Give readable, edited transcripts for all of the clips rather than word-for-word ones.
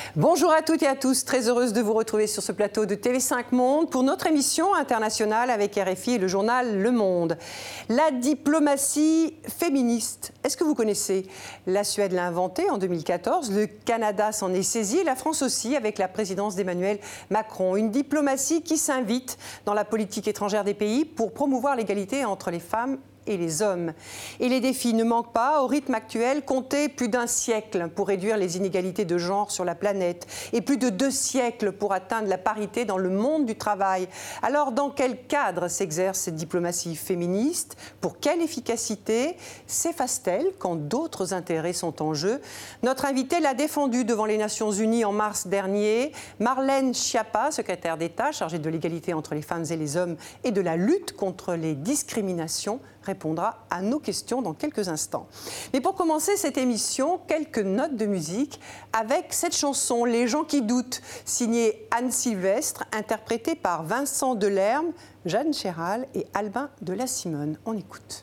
Bonjour à toutes et à tous, très heureuse de vous retrouver sur ce plateau de TV5 Monde pour notre émission internationale avec RFI et le journal Le Monde. La diplomatie féministe, est-ce que vous connaissez? La Suède l'a inventée en 2014, le Canada s'en est saisi et la France aussi avec la présidence d'Emmanuel Macron. Une diplomatie qui s'invite dans la politique étrangère des pays pour promouvoir l'égalité entre les femmes et les hommes. Et les défis ne manquent pas. Au rythme actuel, comptez plus d'1 siècle pour réduire les inégalités de genre sur la planète et plus de 2 siècles pour atteindre la parité dans le monde du travail. Alors, dans quel cadre s'exerce cette diplomatie féministe? Pour quelle efficacité s'efface-t-elle quand d'autres intérêts sont en jeu? Notre invitée l'a défendue devant les Nations Unies en mars dernier. Marlène Schiappa, secrétaire d'État chargée de l'égalité entre les femmes et les hommes et de la lutte contre les discriminations, répondra à nos questions dans quelques instants. Mais pour commencer cette émission, quelques notes de musique avec cette chanson « Les gens qui doutent », signée Anne Sylvestre, interprétée par Vincent Delerme, Jeanne Chéral et Albin de la Simone. On écoute.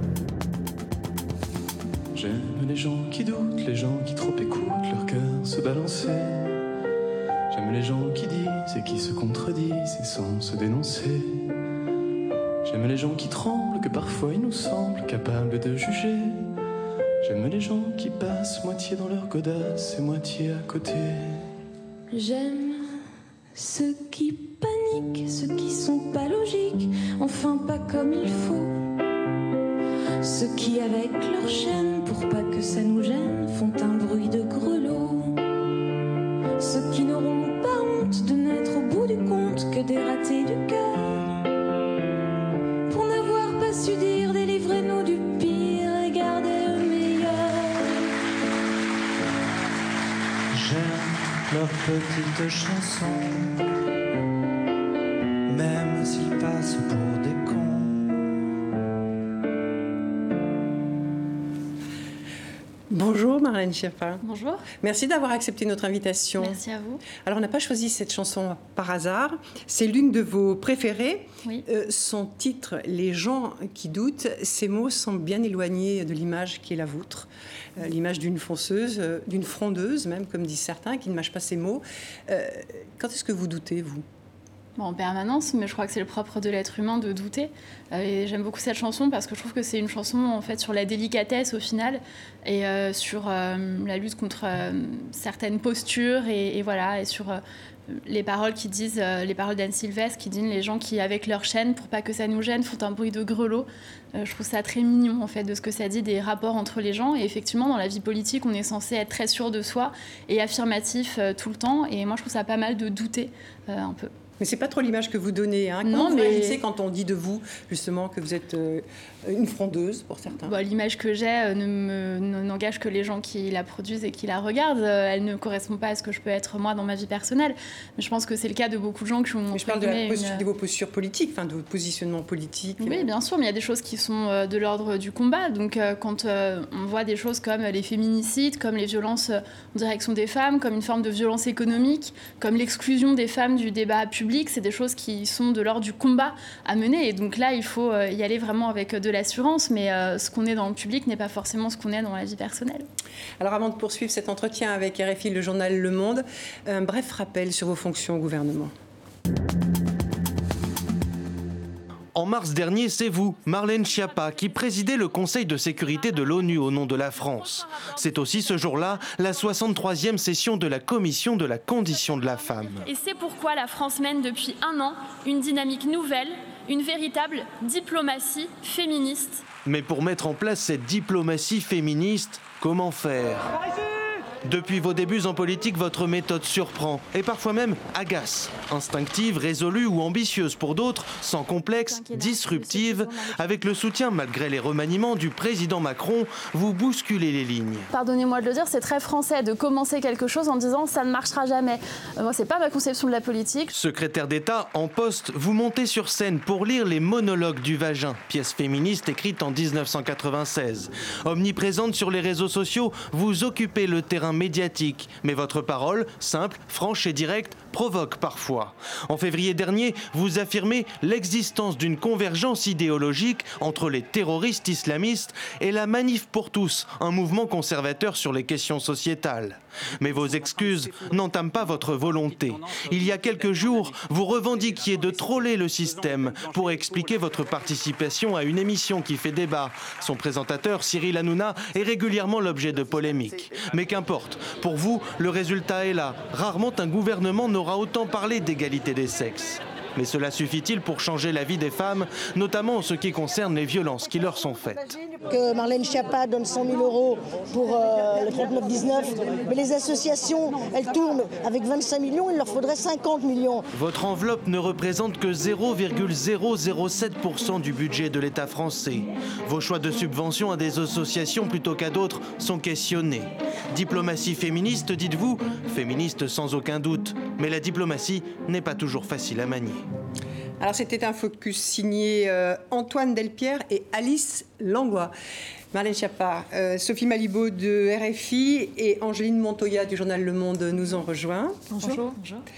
J'aime les gens qui doutent, les gens qui trop écoutent leur cœur se balancer. J'aime les gens qui disent et qui se contredisent et sans se dénoncer. J'aime les gens qui tremblent, que parfois ils nous semblent capables de juger. J'aime les gens qui passent moitié dans leur godasse et moitié à côté. J'aime ceux qui paniquent, ceux qui sont pas logiques, enfin pas comme il faut. Ceux qui avec leur chaîne, pour pas que ça nous gêne, font un bruit de grelot. Ceux qui n'auront pas honte de n'être au bout du compte que des ratés du cœur. Su dire, délivrez-nous du pire et gardez le meilleur. J'aime leurs petites chansons, même s'ils passent pour des cons. Bonjour Marlène Schiappa. Bonjour. Merci d'avoir accepté notre invitation. Merci à vous. Alors on n'a pas choisi cette chanson par hasard, c'est l'une de vos préférées. Oui. Son titre, Les gens qui doutent, ces mots semblent bien éloignés de l'image qui est la vôtre. L'image d'une fonceuse, d'une frondeuse même, comme disent certains, qui ne mâche pas ces mots. Quand est-ce que vous doutez, vous ? En permanence, mais je crois que c'est le propre de l'être humain de douter. Et j'aime beaucoup cette chanson parce que je trouve que c'est une chanson en fait sur la délicatesse au final et sur la lutte contre certaines postures et voilà, et sur les paroles qui disent, les paroles d'Anne Sylvestre qui disent les gens qui avec leur chaîne pour pas que ça nous gêne font un bruit de grelot. Je trouve ça très mignon en fait de ce que ça dit des rapports entre les gens et effectivement dans la vie politique on est censé être très sûr de soi et affirmatif tout le temps et moi je trouve ça pas mal de douter un peu. Mais c'est pas trop l'image que vous donnez. Hein. Comment vous réagissez quand on dit de vous, justement, que vous êtes une frondeuse, pour certains? L'image que j'ai n'engage que les gens qui la produisent et qui la regardent. Elle ne correspond pas à ce que je peux être moi dans ma vie personnelle. Mais je pense que c'est le cas de beaucoup de gens qui ont... Mais je parle de vos postures politiques, de votre positionnement politique. Oui, bien sûr, mais il y a des choses qui sont de l'ordre du combat. Donc quand on voit des choses comme les féminicides, comme les violences en direction des femmes, comme une forme de violence économique, comme l'exclusion des femmes du débat public, c'est des choses qui sont de l'ordre du combat à mener. Et donc là, il faut y aller vraiment avec de l'assurance. Mais ce qu'on est dans le public n'est pas forcément ce qu'on est dans la vie personnelle. Alors avant de poursuivre cet entretien avec RFI, le journal Le Monde, un bref rappel sur vos fonctions au gouvernement. En mars dernier, c'est vous, Marlène Schiappa, qui présidez le Conseil de sécurité de l'ONU au nom de la France. C'est aussi ce jour-là la 63e session de la Commission de la condition de la femme. Et c'est pourquoi la France mène depuis 1 an une dynamique nouvelle, une véritable diplomatie féministe. Mais pour mettre en place cette diplomatie féministe, comment faire ? Depuis vos débuts en politique, votre méthode surprend et parfois même agace. Instinctive, résolue ou ambitieuse pour d'autres, sans complexe, disruptive, avec le soutien malgré les remaniements du président Macron, vous bousculez les lignes. Pardonnez-moi de le dire, c'est très français de commencer quelque chose en disant ça ne marchera jamais. Moi, c'est pas ma conception de la politique. Secrétaire d'État en poste, vous montez sur scène pour lire les monologues du vagin, pièce féministe écrite en 1996. Omniprésente sur les réseaux sociaux, vous occupez le terrain médiatique, mais votre parole, simple, franche et directe, provoque parfois. En février dernier, vous affirmez l'existence d'une convergence idéologique entre les terroristes islamistes et la Manif pour tous, un mouvement conservateur sur les questions sociétales. Mais vos excuses n'entament pas votre volonté. Il y a quelques jours, vous revendiquiez de troller le système pour expliquer votre participation à une émission qui fait débat. Son présentateur, Cyril Hanouna, est régulièrement l'objet de polémiques. Mais qu'importe, pour vous, le résultat est là. Rarement un gouvernement n'aura autant parlé d'égalité des sexes. Mais cela suffit-il pour changer la vie des femmes, notamment en ce qui concerne les violences qui leur sont faites? Que Marlène Schiappa donne 100 000 € pour le 39-19, mais les associations, elles tournent avec 25 millions, il leur faudrait 50 millions. Votre enveloppe ne représente que 0,007% du budget de l'État français. Vos choix de subvention à des associations plutôt qu'à d'autres sont questionnés. Diplomatie féministe, dites-vous? Féministe sans aucun doute, mais la diplomatie n'est pas toujours facile à manier. Alors c'était un focus signé Antoine Delpierre et Alice Langlois. Marlène Schiappa, Sophie Malibaud de RFI et Angéline Montoya du journal Le Monde nous ont rejoints. Bonjour.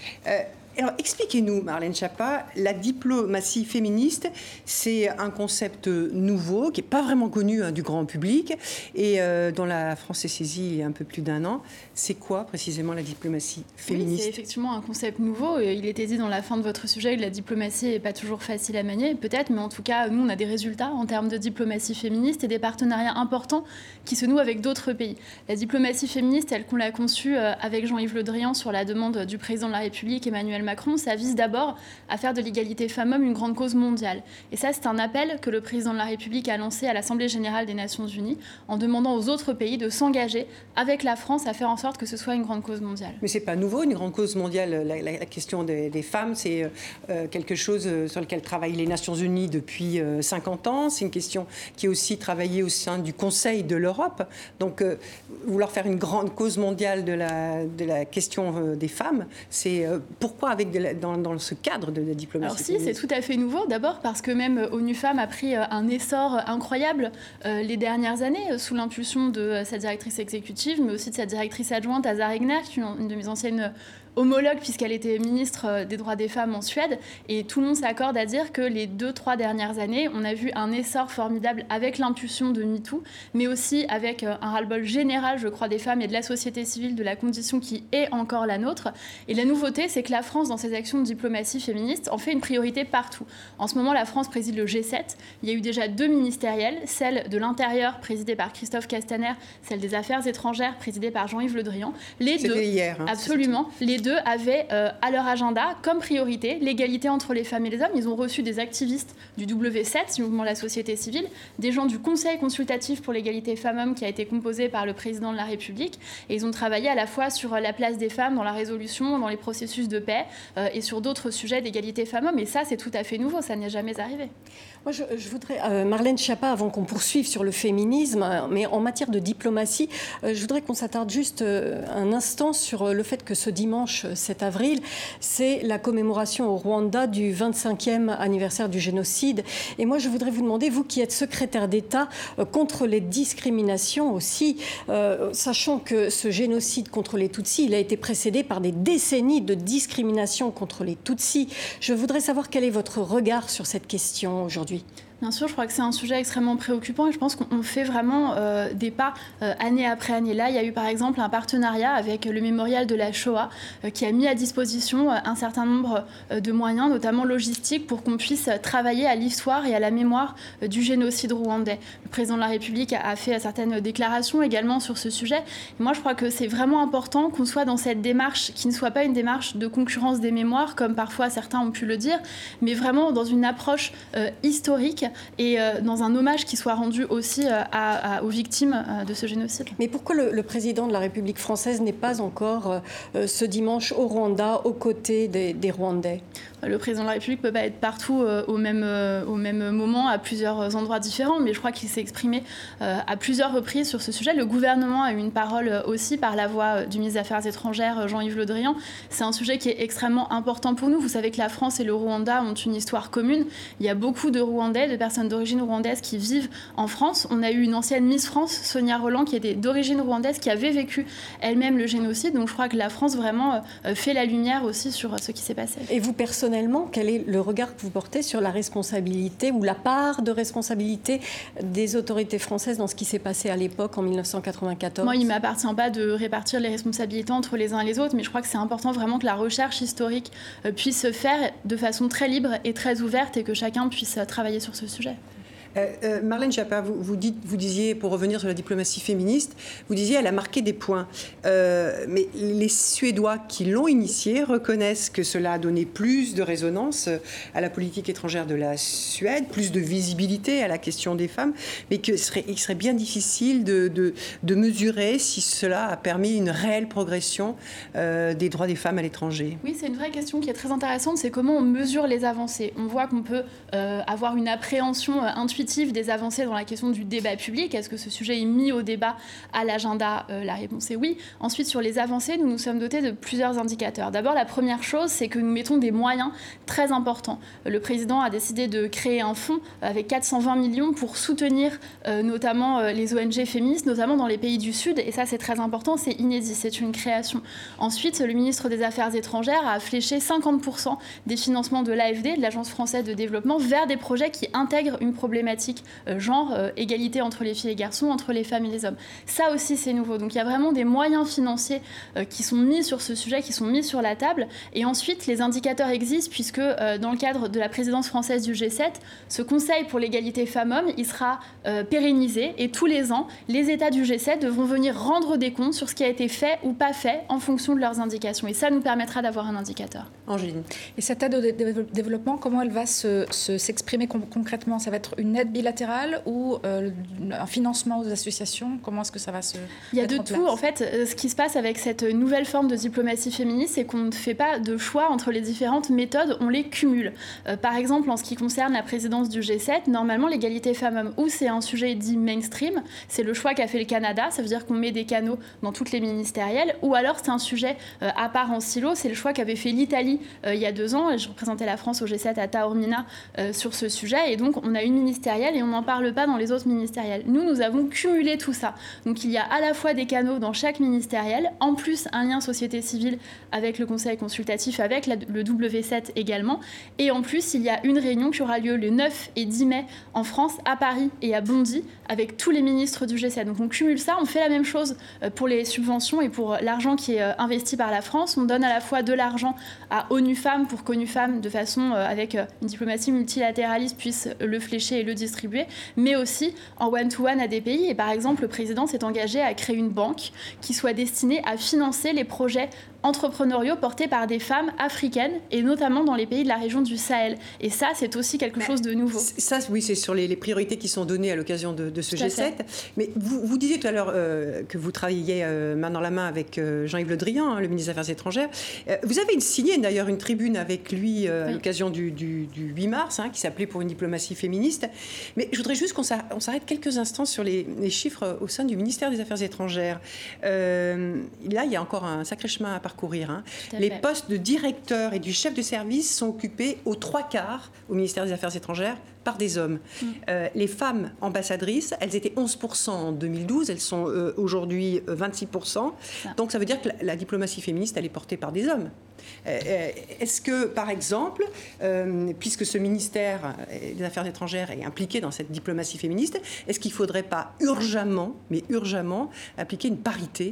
Alors expliquez-nous, Marlène Schiappa, la diplomatie féministe, c'est un concept nouveau qui n'est pas vraiment connu du grand public et dont la France est saisie il y a un peu plus d'1 an. C'est quoi précisément la diplomatie féministe? Oui, c'est effectivement un concept nouveau. Il était dit dans la fin de votre sujet que la diplomatie n'est pas toujours facile à manier, peut-être, mais en tout cas, nous, on a des résultats en termes de diplomatie féministe et des partenariats importants qui se nouent avec d'autres pays. La diplomatie féministe, telle qu'on l'a conçue avec Jean-Yves Le Drian sur la demande du président de la République, Emmanuel Macron, ça vise d'abord à faire de l'égalité femmes-hommes une grande cause mondiale. Et ça, c'est un appel que le président de la République a lancé à l'Assemblée générale des Nations Unies en demandant aux autres pays de s'engager avec la France à faire en sorte que ce soit une grande cause mondiale. Mais c'est pas nouveau, une grande cause mondiale. La question des femmes, c'est quelque chose sur lequel travaillent les Nations Unies depuis 50 ans. C'est une question qui est aussi travaillée au sein du Conseil de l'Europe. Donc, vouloir faire une grande cause mondiale de la question des femmes, c'est pourquoi dans ce cadre de la diplomatie? Alors si, c'est tout à fait nouveau. D'abord parce que même ONU Femmes a pris un essor incroyable les dernières années sous l'impulsion de sa directrice exécutive, mais aussi de sa directrice adjointe, Åsa Regner, qui est une de mes anciennes homologue puisqu'elle était ministre des droits des femmes en Suède, et tout le monde s'accorde à dire que les 2-3 dernières années, on a vu un essor formidable avec l'impulsion de MeToo, mais aussi avec un ras-le-bol général, je crois, des femmes et de la société civile, de la condition qui est encore la nôtre. Et la nouveauté, c'est que la France, dans ses actions de diplomatie féministe, en fait une priorité partout. En ce moment, la France préside le G7. Il y a eu déjà 2 ministérielles, celle de l'Intérieur, présidée par Christophe Castaner, celle des Affaires étrangères, présidée par Jean-Yves Le Drian. C'était hier. Absolument. Les deux avaient à leur agenda comme priorité l'égalité entre les femmes et les hommes. Ils ont reçu des activistes du W7, du mouvement de la société civile, des gens du Conseil consultatif pour l'égalité femmes-hommes qui a été composé par le président de la République, et ils ont travaillé à la fois sur la place des femmes dans la résolution, dans les processus de paix et sur d'autres sujets d'égalité femmes-hommes. Et ça, c'est tout à fait nouveau, ça n'est jamais arrivé. Moi, je voudrais, Marlène Schiappa, avant qu'on poursuive sur le féminisme, mais en matière de diplomatie, je voudrais qu'on s'attarde juste un instant sur le fait que ce dimanche 7 avril, c'est la commémoration au Rwanda du 25e anniversaire du génocide. Et moi, je voudrais vous demander, vous qui êtes secrétaire d'État contre les discriminations aussi, sachant que ce génocide contre les Tutsis, il a été précédé par des décennies de discrimination contre les Tutsis. Je voudrais savoir quel est votre regard sur cette question aujourd'hui. Bien sûr, je crois que c'est un sujet extrêmement préoccupant et je pense qu'on fait vraiment des pas année après année. Là, il y a eu par exemple un partenariat avec le mémorial de la Shoah qui a mis à disposition un certain nombre de moyens, notamment logistiques, pour qu'on puisse travailler à l'histoire et à la mémoire du génocide rwandais. Le président de la République a fait certaines déclarations également sur ce sujet. Et moi, je crois que c'est vraiment important qu'on soit dans cette démarche qui ne soit pas une démarche de concurrence des mémoires, comme parfois certains ont pu le dire, mais vraiment dans une approche historique et dans un hommage qui soit rendu aussi aux victimes de ce génocide. Mais pourquoi le président de la République française n'est pas encore ce dimanche au Rwanda aux côtés des Rwandais ? Le président de la République ne peut pas être partout au même moment, à plusieurs endroits différents, mais je crois qu'il s'est exprimé à plusieurs reprises sur ce sujet. Le gouvernement a eu une parole aussi par la voix du ministre des Affaires étrangères, Jean-Yves Le Drian. C'est un sujet qui est extrêmement important pour nous. Vous savez que la France et le Rwanda ont une histoire commune. Il y a beaucoup de Rwandais, de personnes d'origine rwandaise qui vivent en France. On a eu une ancienne Miss France, Sonia Roland, qui était d'origine rwandaise, qui avait vécu elle-même le génocide. Donc je crois que la France vraiment fait la lumière aussi sur ce qui s'est passé. Et vous, personnellement, quel est le regard que vous portez sur la responsabilité ou la part de responsabilité des autorités françaises dans ce qui s'est passé à l'époque, en 1994 ? Moi, il ne m'appartient pas de répartir les responsabilités entre les uns et les autres, mais je crois que c'est important vraiment que la recherche historique puisse se faire de façon très libre et très ouverte et que chacun puisse travailler sur ce sujet. Marlène Schiappa, vous disiez, pour revenir sur la diplomatie féministe, vous disiez elle a marqué des points. Mais les Suédois qui l'ont initiée reconnaissent que cela a donné plus de résonance à la politique étrangère de la Suède, plus de visibilité à la question des femmes, mais qu'il serait bien difficile de mesurer si cela a permis une réelle progression des droits des femmes à l'étranger. Oui, c'est une vraie question qui est très intéressante, c'est comment on mesure les avancées. On voit qu'on peut avoir une appréhension intuitive des avancées dans la question du débat public. Est-ce que ce sujet est mis au débat à l'agenda ? La réponse est oui. Ensuite, sur les avancées, nous nous sommes dotés de plusieurs indicateurs. D'abord, la première chose, c'est que nous mettons des moyens très importants. Le président a décidé de créer un fonds avec 420 millions pour soutenir notamment les ONG féministes, notamment dans les pays du Sud. Et ça, c'est très important, c'est inédit, c'est une création. Ensuite, le ministre des Affaires étrangères a fléché 50% des financements de l'AFD, de l'Agence française de développement, vers des projets qui intègrent une problématique genre, égalité entre les filles et les garçons, entre les femmes et les hommes. Ça aussi, c'est nouveau. Donc il y a vraiment des moyens financiers qui sont mis sur ce sujet, qui sont mis sur la table. Et ensuite, les indicateurs existent puisque dans le cadre de la présidence française du G7, ce Conseil pour l'égalité femmes-hommes, il sera pérennisé. Et tous les ans, les États du G7 devront venir rendre des comptes sur ce qui a été fait ou pas fait en fonction de leurs indications. Et ça nous permettra d'avoir un indicateur. Angéline. Et cette aide au développement, comment elle va s'exprimer concrètement ? Ça va être une aide bilatérale ou un financement aux associations ? Comment est-ce que ça va se Il y a de mettre en tout. place ? En fait, ce qui se passe avec cette nouvelle forme de diplomatie féministe, c'est qu'on ne fait pas de choix entre les différentes méthodes, on les cumule. Par exemple, en ce qui concerne la présidence du G7, normalement, l'égalité femmes-hommes, ou c'est un sujet dit mainstream, c'est le choix qu'a fait le Canada, ça veut dire qu'on met des canaux dans toutes les ministérielles, ou alors c'est un sujet à part en silo, c'est le choix qu'avait fait l'Italie il y a 2 ans. Je représentais la France au G7 à Taormina sur ce sujet, et donc on a une ministérielle et on n'en parle pas dans les autres ministériels. Nous avons cumulé tout ça. Donc il y a à la fois des canaux dans chaque ministériel, en plus un lien société civile avec le conseil consultatif, avec le W7 également, et en plus il y a une réunion qui aura lieu le 9 et 10 mai en France, à Paris et à Bondy, avec tous les ministres du G7. Donc on cumule ça, on fait la même chose pour les subventions et pour l'argent qui est investi par la France. On donne à la fois de l'argent à ONU Femmes pour qu'ONU Femmes, de façon avec une diplomatie multilatéraliste, puisse le flécher et le distribuer, mais aussi en one-to-one à des pays. Et par exemple, le président s'est engagé à créer une banque qui soit destinée à financer les projets entrepreneuriaux portés par des femmes africaines et notamment dans les pays de la région du Sahel. Et ça, c'est aussi quelque chose de nouveau. Ça, oui, c'est sur les priorités qui sont données à l'occasion de ce G7. Mais vous disiez tout à l'heure que vous travailliez main dans la main avec Jean-Yves Le Drian, le ministre des Affaires étrangères. Vous avez signé d'ailleurs une tribune avec lui à l'occasion du 8 mars, qui s'appelait « Pour une diplomatie féministe ». Mais je voudrais juste qu'on s'arrête quelques instants sur les chiffres au sein du ministère des Affaires étrangères. Là, il y a encore un sacré chemin à parcourir. Les postes de directeur et du chef de service sont occupés aux 3/4 au ministère des Affaires étrangères par des hommes. Les femmes ambassadrices, elles étaient 11% en 2012, elles sont aujourd'hui 26%. Donc ça veut dire que la diplomatie féministe, elle est portée par des hommes. Est-ce que, par exemple, puisque ce ministère des Affaires étrangères est impliqué dans cette diplomatie féministe, est-ce qu'il ne faudrait pas urgemment appliquer une parité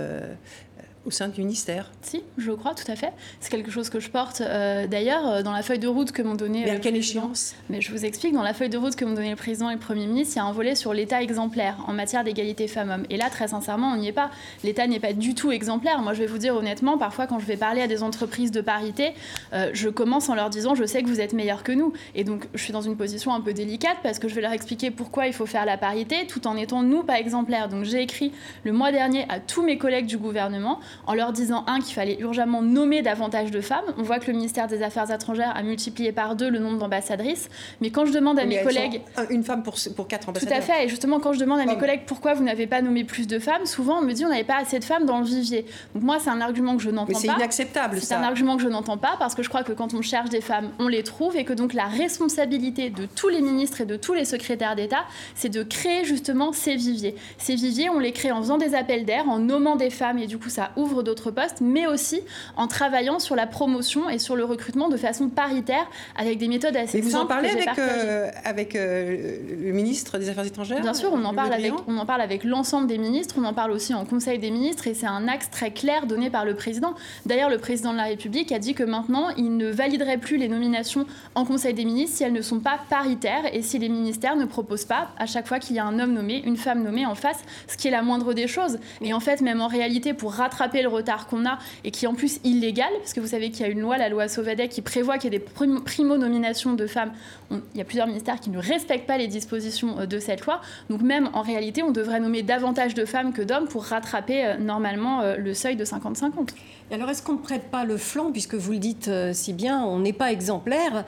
au sein du ministère? Si, je crois, tout à fait. C'est quelque chose que je porte d'ailleurs dans la feuille de route que m'ont donné... Mais à quelle échéance? Mais je vous explique, dans la feuille de route que m'ont donné le président et le Premier ministre, il y a un volet sur l'État exemplaire en matière d'égalité femmes-hommes. Et là, très sincèrement, on n'y est pas. L'État n'est pas du tout exemplaire. Moi, je vais vous dire honnêtement, parfois quand je vais parler à des entreprises de parité, je commence en leur disant « je sais que vous êtes meilleurs que nous ». Et donc, je suis dans une position un peu délicate parce que je vais leur expliquer pourquoi il faut faire la parité tout en étant, nous, pas exemplaires. Donc, j'ai écrit le mois dernier à tous mes collègues du gouvernement en leur disant, qu'il fallait urgemment nommer davantage de femmes. On voit que le ministère des Affaires étrangères a multiplié par 2 le nombre d'ambassadrices. Mais quand je demande à mes collègues... Une femme pour 4 ambassadeurs. Tout à fait. Et justement, quand je demande à mes collègues pourquoi vous n'avez pas nommé plus de femmes, souvent on me dit on n'avait pas assez de femmes dans le vivier. Donc moi, c'est un argument que je n'entends pas. Mais c'est inacceptable, ça. C'est un argument que je n'entends pas parce que je crois que quand on cherche des femmes, on les trouve et que donc la responsabilité de tous les ministres et de tous les secrétaires d'État, c'est de créer justement ces viviers. Ces viviers, on les crée en faisant des appels d'air, en nommant des femmes et du coup ça ouvre d'autres postes, mais aussi en travaillant sur la promotion et sur le recrutement de façon paritaire avec des méthodes assez simples. Et vous en parlez avec le ministre des Affaires étrangères? Bien sûr, on en parle avec l'ensemble des ministres, on en parle aussi en Conseil des ministres et c'est un axe très clair donné par le président. D'ailleurs, le président de la République a dit que maintenant, il ne validerait plus les nominations en Conseil des ministres si elles ne sont pas paritaires et si les ministères ne proposent pas, à chaque fois qu'il y a un homme nommé, une femme nommée en face, ce qui est la moindre des choses. Et en fait, même en réalité, pour rattraper le retard qu'on a et qui est en plus illégal, parce que vous savez qu'il y a une loi, la loi Sauvadet, qui prévoit qu'il y ait des primo-nominations de femmes. Il y a plusieurs ministères qui ne respectent pas les dispositions de cette loi. Donc même en réalité, on devrait nommer davantage de femmes que d'hommes pour rattraper normalement le seuil de 50-50. Et alors, est-ce qu'on ne prête pas le flanc, puisque vous le dites si bien, on n'est pas exemplaire,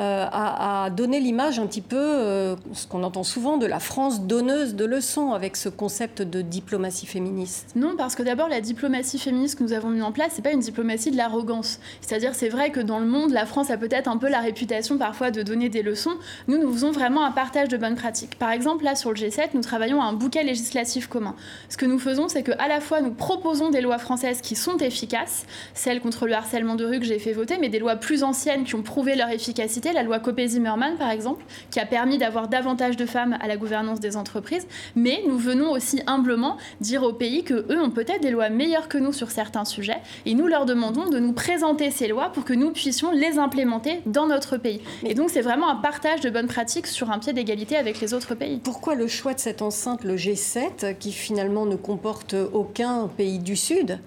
à donner l'image un petit peu, ce qu'on entend souvent, de la France donneuse de leçons avec ce concept de diplomatie féministe? Non, parce que d'abord, la diplomatie féministe que nous avons mise en place, c'est pas une diplomatie de l'arrogance. C'est-à-dire, c'est vrai que dans le monde, la France a peut-être un peu la réputation parfois de donner des leçons. Nous faisons vraiment un partage de bonnes pratiques. Par exemple, là, sur le G7, nous travaillons à un bouquet législatif commun. Ce que nous faisons, c'est qu'à la fois, nous proposons des lois françaises qui sont efficaces, celles contre le harcèlement de rue que j'ai fait voter, mais des lois plus anciennes qui ont prouvé leur efficacité, la loi Copé-Zimmermann, par exemple, qui a permis d'avoir davantage de femmes à la gouvernance des entreprises. Mais nous venons aussi humblement dire aux pays qu'eux ont peut-être des lois meilleures que nous sur certains sujets, et nous leur demandons de nous présenter ces lois pour que nous puissions les implémenter dans notre pays. Et donc, c'est vraiment un partage de bonnes pratiques sur un pied d'égalité avec les autres pays. Pourquoi le choix de cette enceinte, le G7, qui finalement ne comporte aucun pays du Sud?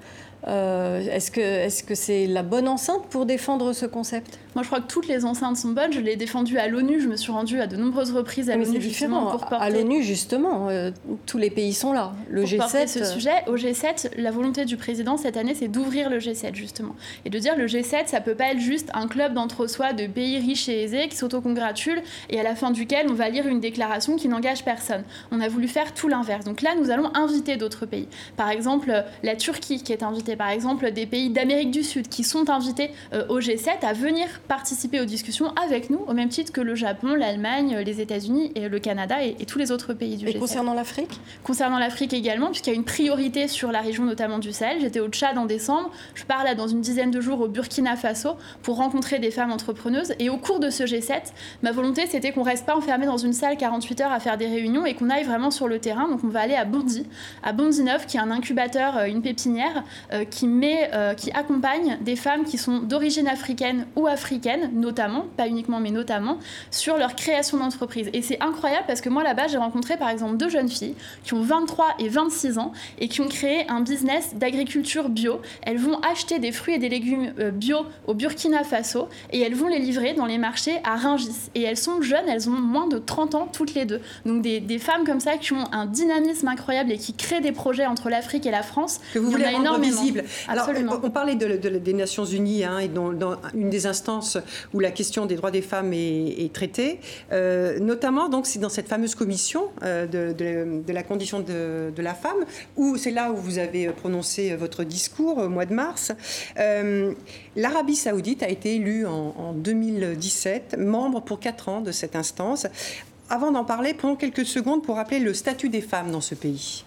Est-ce que c'est la bonne enceinte pour défendre ce concept? Moi, je crois que toutes les enceintes sont bonnes. Je l'ai défendu à l'ONU. Je me suis rendue à de nombreuses reprises à l'ONU. C'est différent. À l'ONU, justement, tous les pays sont là. Le pour G7... porter ce sujet, au G7, la volonté du président cette année, c'est d'ouvrir le G7, justement. Et de dire le G7, ça peut pas être juste un club d'entre-soi de pays riches et aisés qui s'autocongratulent et à la fin duquel on va lire une déclaration qui n'engage personne. On a voulu faire tout l'inverse. Donc là, nous allons inviter d'autres pays. Par exemple, la Turquie qui est invitée. Par exemple, des pays d'Amérique du Sud qui sont invités au G7 à venir participer aux discussions avec nous, au même titre que le Japon, l'Allemagne, les États-Unis, et le Canada et tous les autres pays du G7. Et concernant l'Afrique? Concernant l'Afrique également, puisqu'il y a une priorité sur la région notamment du Sahel. J'étais au Tchad en décembre, je pars là dans une dizaine de jours au Burkina Faso pour rencontrer des femmes entrepreneuses. Et au cours de ce G7, ma volonté c'était qu'on ne reste pas enfermé dans une salle 48 heures à faire des réunions et qu'on aille vraiment sur le terrain. Donc on va aller à Bondy 9, qui est un incubateur, une pépinière, qui accompagne des femmes qui sont d'origine africaine ou africaine, notamment, pas uniquement, mais notamment, sur leur création d'entreprise. Et c'est incroyable parce que moi, là-bas, j'ai rencontré, par exemple, 2 jeunes filles qui ont 23 et 26 ans et qui ont créé un business d'agriculture bio. Elles vont acheter des fruits et des légumes bio au Burkina Faso et elles vont les livrer dans les marchés à Rungis. Et elles sont jeunes, elles ont moins de 30 ans toutes les deux. Donc des femmes comme ça qui ont un dynamisme incroyable et qui créent des projets entre l'Afrique et la France. Que vous voulez rendre visible. Alors, Absolument. on parlait des Nations Unies et dans une des instances où la question des droits des femmes est traitée, notamment donc c'est dans cette fameuse commission de la condition de la femme, où c'est là où vous avez prononcé votre discours au mois de mars. L'Arabie Saoudite a été élue en 2017 membre pour 4 ans de cette instance. Avant d'en parler, prenons quelques secondes pour rappeler le statut des femmes dans ce pays.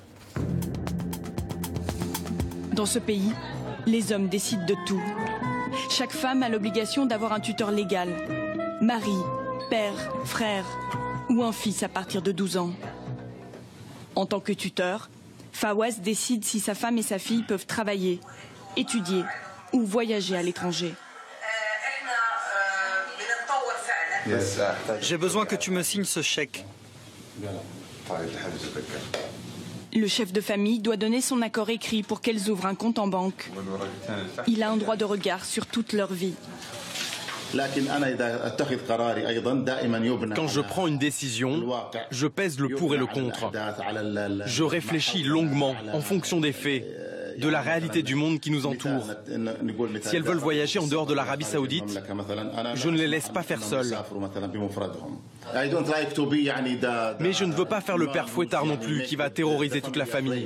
Dans ce pays, les hommes décident de tout. Chaque femme a l'obligation d'avoir un tuteur légal, mari, père, frère ou un fils à partir de 12 ans. En tant que tuteur, Fawaz décide si sa femme et sa fille peuvent travailler, étudier ou voyager à l'étranger. J'ai besoin que tu me signes ce chèque. Le chef de famille doit donner son accord écrit pour qu'elles ouvrent un compte en banque. Il a un droit de regard sur toute leur vie. Quand je prends une décision, je pèse le pour et le contre. Je réfléchis longuement en fonction des faits. de la réalité du monde qui nous entoure. Si elles veulent voyager en dehors de l'Arabie Saoudite, je ne les laisse pas faire seules. Mais je ne veux pas faire le père fouettard non plus, qui va terroriser toute la famille.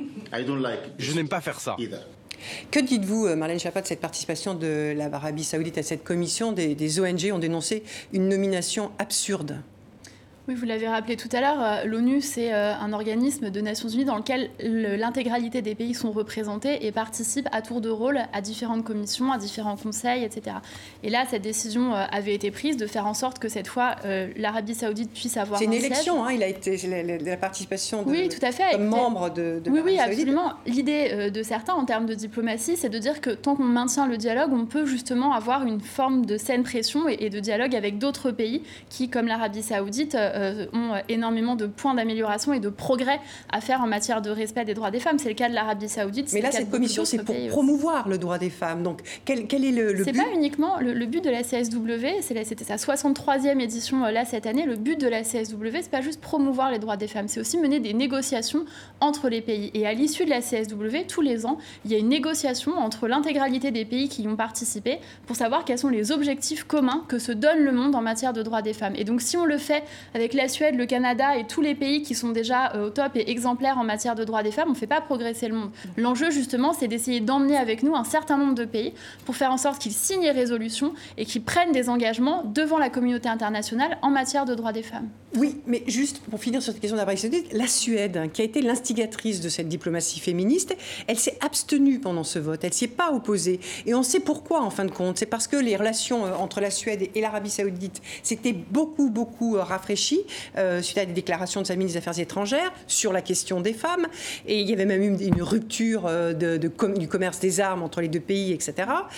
Je n'aime pas faire ça. Que dites-vous, Marlène Schiappa, de cette participation de l'Arabie Saoudite à cette commission? Des ONG ont dénoncé une nomination absurde. Oui, vous l'avez rappelé tout à l'heure, l'ONU, c'est un organisme de Nations Unies dans lequel l'intégralité des pays sont représentés et participent à tour de rôle à différentes commissions, à différents conseils, etc. Et là, cette décision avait été prise de faire en sorte que cette fois, l'Arabie Saoudite puisse avoir un siège. C'est une élection, hein, il a été la participation de, oui, tout à fait, comme membre de oui, l'Arabie Saoudite. Absolument. L'idée de certains, en termes de diplomatie, c'est de dire que tant qu'on maintient le dialogue, on peut justement avoir une forme de saine pression et de dialogue avec d'autres pays qui, comme l'Arabie Saoudite, ont énormément de points d'amélioration et de progrès à faire en matière de respect des droits des femmes. C'est le cas de l'Arabie Saoudite. Mais là, cette commission, c'est pour promouvoir le droit des femmes. Donc, quel est le but? C'est pas uniquement le but de la CSW, c'était sa 63e édition là cette année. Le but de la CSW, c'est pas juste promouvoir les droits des femmes, c'est aussi mener des négociations entre les pays. Et à l'issue de la CSW, tous les ans, il y a une négociation entre l'intégralité des pays qui y ont participé pour savoir quels sont les objectifs communs que se donne le monde en matière de droits des femmes. Et donc, si on le fait avec la Suède, le Canada et tous les pays qui sont déjà au top et exemplaires en matière de droits des femmes, on ne fait pas progresser le monde. L'enjeu, justement, c'est d'essayer d'emmener avec nous un certain nombre de pays pour faire en sorte qu'ils signent les résolutions et qu'ils prennent des engagements devant la communauté internationale en matière de droits des femmes. Oui, mais juste pour finir sur cette question d'Arabie Saoudite, la Suède, qui a été l'instigatrice de cette diplomatie féministe, elle s'est abstenue pendant ce vote, elle ne s'y est pas opposée. Et on sait pourquoi, en fin de compte. C'est parce que les relations entre la Suède et l'Arabie Saoudite s'étaient beaucoup rafraîchies suite à des déclarations de sa ministre des Affaires étrangères sur la question des femmes. Et il y avait même eu une rupture du commerce des armes entre les deux pays, etc.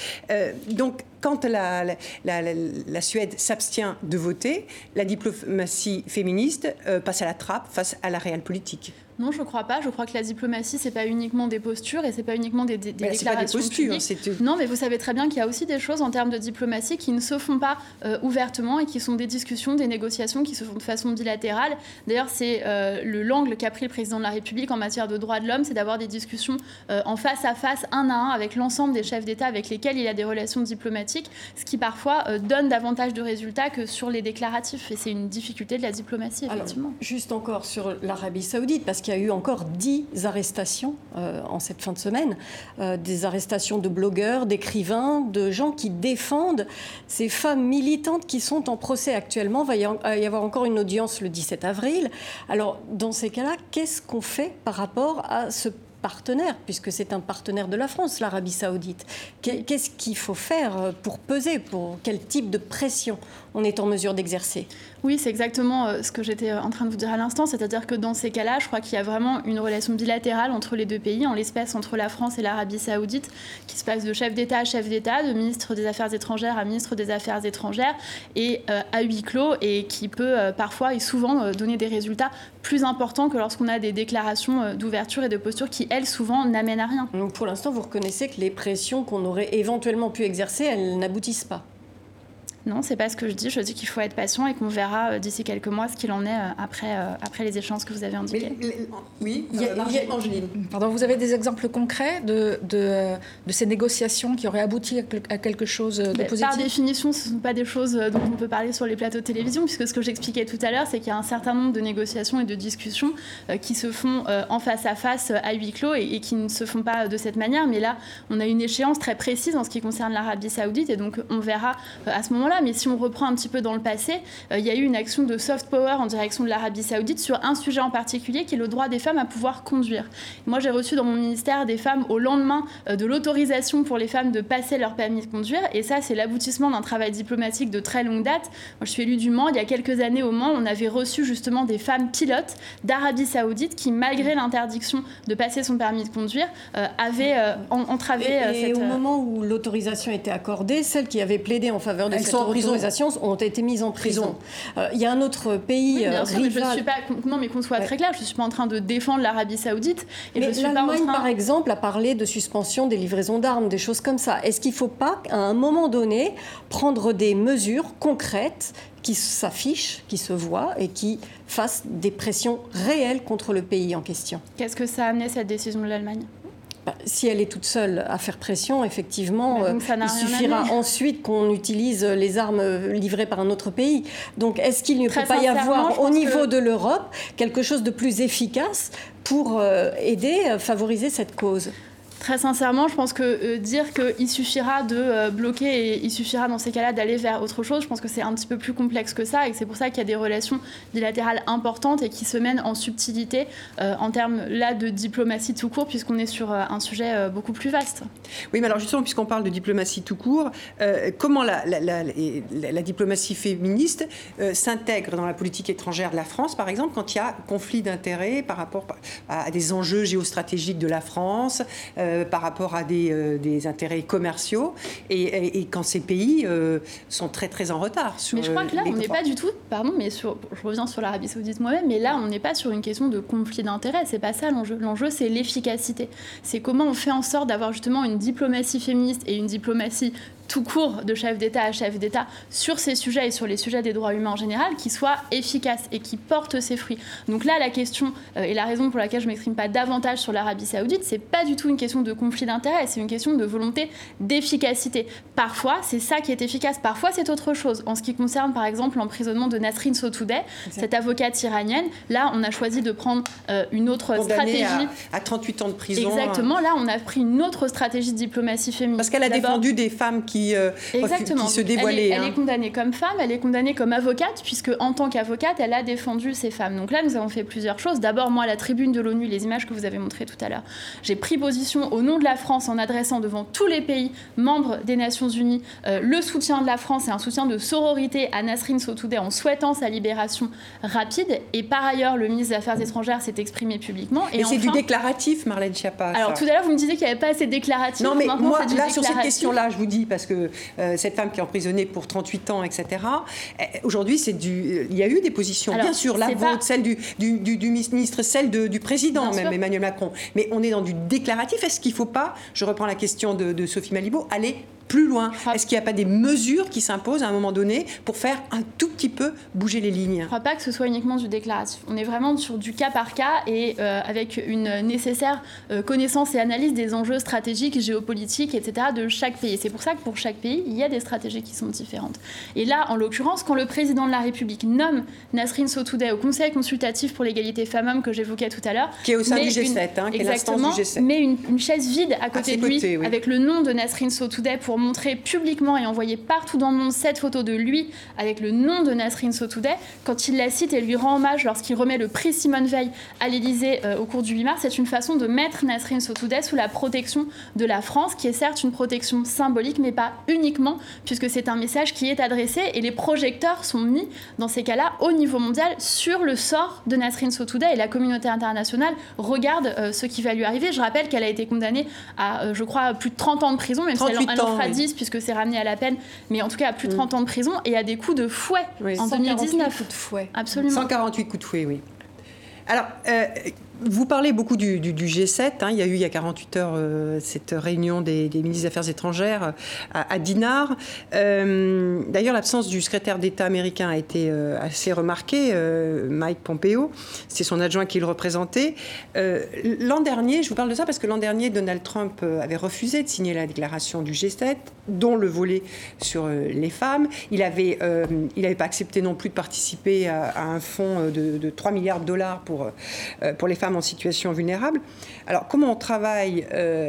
Donc, quand la Suède s'abstient de voter, la diplomatie féministe passe à la trappe face à la réelle politique. Non, je ne crois pas. Je crois que la diplomatie, ce n'est pas uniquement des postures et ce n'est pas uniquement des déclarations publiques. Non, mais vous savez très bien qu'il y a aussi des choses en termes de diplomatie qui ne se font pas ouvertement et qui sont des discussions, des négociations qui se font de façon bilatérale. D'ailleurs, c'est l'angle qu'a pris le président de la République en matière de droits de l'homme, c'est d'avoir des discussions en face à face, un à un, avec l'ensemble des chefs d'État avec lesquels il y a des relations diplomatiques, ce qui parfois donne davantage de résultats que sur les déclaratifs. Et c'est une difficulté de la diplomatie, effectivement. Alors, juste encore sur l'Arabie Saoudite, parce qu'il y a eu encore 10 arrestations en cette fin de semaine, des arrestations de blogueurs, d'écrivains, de gens qui défendent ces femmes militantes qui sont en procès actuellement. Il va y avoir encore une audience le 17 avril. Alors, dans ces cas-là, qu'est-ce qu'on fait par rapport à ce partenaire, puisque c'est un partenaire de la France, l'Arabie Saoudite? Qu'est-ce qu'il faut faire pour peser? Pour quel type de pression on est en mesure d'exercer? Oui, c'est exactement ce que j'étais en train de vous dire à l'instant, c'est-à-dire que dans ces cas-là, je crois qu'il y a vraiment une relation bilatérale entre les deux pays, en l'espèce entre la France et l'Arabie Saoudite, qui se passe de chef d'État à chef d'État, de ministre des Affaires étrangères à ministre des Affaires étrangères, et à huis clos, et qui peut parfois et souvent donner des résultats plus importants que lorsqu'on a des déclarations d'ouverture et de posture qui, elles, souvent n'amènent à rien. Donc pour l'instant, vous reconnaissez que les pressions qu'on aurait éventuellement pu exercer, elles n'aboutissent pas? Non, c'est pas ce que je dis. Je dis qu'il faut être patient et qu'on verra d'ici quelques mois ce qu'il en est après les échanges que vous avez indiqués. Oui, Angeline. Pardon, vous avez des exemples concrets de ces négociations qui auraient abouti à quelque chose de positif? Par définition, ce ne sont pas des choses dont on peut parler sur les plateaux de télévision, puisque ce que j'expliquais tout à l'heure, c'est qu'il y a un certain nombre de négociations et de discussions qui se font en face à face, à huis clos, et qui ne se font pas de cette manière. Mais là, on a une échéance très précise en ce qui concerne l'Arabie Saoudite, et donc on verra à ce moment-là. Mais si on reprend un petit peu dans le passé, il y a eu une action de soft power en direction de l'Arabie Saoudite sur un sujet en particulier qui est le droit des femmes à pouvoir conduire. Moi, j'ai reçu dans mon ministère des femmes au lendemain de l'autorisation pour les femmes de passer leur permis de conduire, et ça, c'est l'aboutissement d'un travail diplomatique de très longue date. Moi, je suis élue du Mans. Il y a quelques années au Mans, on avait reçu justement des femmes pilotes d'Arabie Saoudite qui, malgré l'interdiction de passer son permis de conduire, avaient entravé et au moment où l'autorisation était accordée, celles qui avaient plaidé en faveur de cette autorisations ont été mises en prison. Il y a un autre pays rival. Mais qu'on soit très clair, je ne suis pas en train de défendre l'Arabie Saoudite. Mais l'Allemagne, par exemple, a parlé de suspension des livraisons d'armes, des choses comme ça. Est-ce qu'il ne faut pas, à un moment donné, prendre des mesures concrètes qui s'affichent, qui se voient et qui fassent des pressions réelles contre le pays en question? Qu'est-ce que ça a amené, cette décision de l'Allemagne? Si elle est toute seule à faire pression, effectivement, il suffira ensuite qu'on utilise les armes livrées par un autre pays. Donc, est-ce qu'il ne peut pas y avoir, au niveau de l'Europe, quelque chose de plus efficace pour aider, favoriser cette cause ? Très sincèrement, je pense que dire qu'il suffira de bloquer et il suffira dans ces cas-là d'aller vers autre chose, je pense que c'est un petit peu plus complexe que ça et que c'est pour ça qu'il y a des relations bilatérales importantes et qui se mènent en subtilité en termes là de diplomatie tout court, puisqu'on est sur un sujet beaucoup plus vaste. Oui, mais alors justement, puisqu'on parle de diplomatie tout court, comment la diplomatie féministe s'intègre dans la politique étrangère de la France, par exemple, quand il y a conflit d'intérêts par rapport à des enjeux géostratégiques de la France, par rapport à des intérêts commerciaux et quand ces pays sont très très en retard sur mais je crois que là on n'est pas du tout, pardon, mais je reviens sur l'Arabie Saoudite moi-même, mais là on n'est pas sur une question de conflit d'intérêts, c'est pas ça l'enjeu. L'enjeu c'est l'efficacité, c'est comment on fait en sorte d'avoir justement une diplomatie féministe et une diplomatie tout court de chef d'État à chef d'État sur ces sujets et sur les sujets des droits humains en général qui soit efficace et qui porte ses fruits. Donc là, la question et la raison pour laquelle je ne m'exprime pas davantage sur l'Arabie Saoudite, c'est pas du tout une question de conflit d'intérêts, c'est une question de volonté d'efficacité. Parfois, c'est ça qui est efficace, parfois c'est autre chose. En ce qui concerne par exemple l'emprisonnement de Nasrin Sotoudeh, cette avocate iranienne, là on a choisi de prendre une autre stratégie. À 38 ans de prison. Exactement, là on a pris une autre stratégie de diplomatie féminine. Parce qu'elle a défendu des femmes qui se dévoilaient. Elle est condamnée comme femme, elle est condamnée comme avocate, puisque en tant qu'avocate, elle a défendu ces femmes. Donc là, nous avons fait plusieurs choses. D'abord, moi, à la tribune de l'ONU, les images que vous avez montrées tout à l'heure, j'ai pris position au nom de la France en adressant devant tous les pays membres des Nations Unies le soutien de la France et un soutien de sororité à Nasrin Sotoudeh en souhaitant sa libération rapide. Et par ailleurs, le ministre des Affaires étrangères s'est exprimé publiquement. Et c'est du déclaratif, Marlène Schiappa. Alors tout à l'heure, vous me disiez qu'il n'y avait pas assez de déclaratif. Non, mais moi, là, sur cette question-là, je vous dis, parce que cette femme qui est emprisonnée pour 38 ans, etc. Aujourd'hui, il y a eu des positions, bien sûr, la vôtre, celle du ministre, celle du président, même Emmanuel Macron. Mais on est dans du déclaratif. Est-ce qu'il ne faut pas, je reprends la question de Sophie Malibaud, aller plus loin? Est-ce qu'il n'y a pas des mesures qui s'imposent à un moment donné pour faire un tout petit peu bouger les lignes? Je ne crois pas que ce soit uniquement du déclaratif. On est vraiment sur du cas par cas et avec une nécessaire connaissance et analyse des enjeux stratégiques, géopolitiques, etc. de chaque pays. C'est pour ça que pour chaque pays, il y a des stratégies qui sont différentes. Et là, en l'occurrence, quand le président de la République nomme Nasrin Sotoudeh au Conseil consultatif pour l'égalité femmes-hommes que j'évoquais tout à l'heure, qui est au sein du G7, qui est l'instance du G7, met une chaise vide à côté de lui, oui, avec le nom de Nasrin Sotoudeh pour montrer publiquement et envoyer partout dans le monde cette photo de lui avec le nom de Nasrin Sotoudeh, quand il la cite et lui rend hommage lorsqu'il remet le prix Simone Veil à l'Élysée au cours du 8 mars, c'est une façon de mettre Nasrin Sotoudeh sous la protection de la France, qui est certes une protection symbolique, mais pas uniquement, puisque c'est un message qui est adressé et les projecteurs sont mis, dans ces cas-là, au niveau mondial, sur le sort de Nasrin Sotoudeh et la communauté internationale regarde ce qui va lui arriver. Je rappelle qu'elle a été condamnée à, je crois, plus de 30 ans de prison, même si elle en fera 10, puisque c'est ramené à la peine, mais en tout cas à plus de 30 ans de prison et à des coups de fouet en 2019. Coups de fouet. Absolument. 148 coups de fouet, oui. Alors, vous parlez beaucoup du G7. Il y a eu, il y a 48 heures, cette réunion des ministres des Affaires étrangères à Dinard. D'ailleurs, l'absence du secrétaire d'État américain a été assez remarquée, Mike Pompeo. C'est son adjoint qui le représentait. L'an dernier, je vous parle de ça parce que l'an dernier, Donald Trump avait refusé de signer la déclaration du G7, dont le volet sur les femmes. Il n'avait pas accepté non plus de participer à un fonds de 3 milliards de dollars pour les femmes en situation vulnérable. Alors, comment on travaille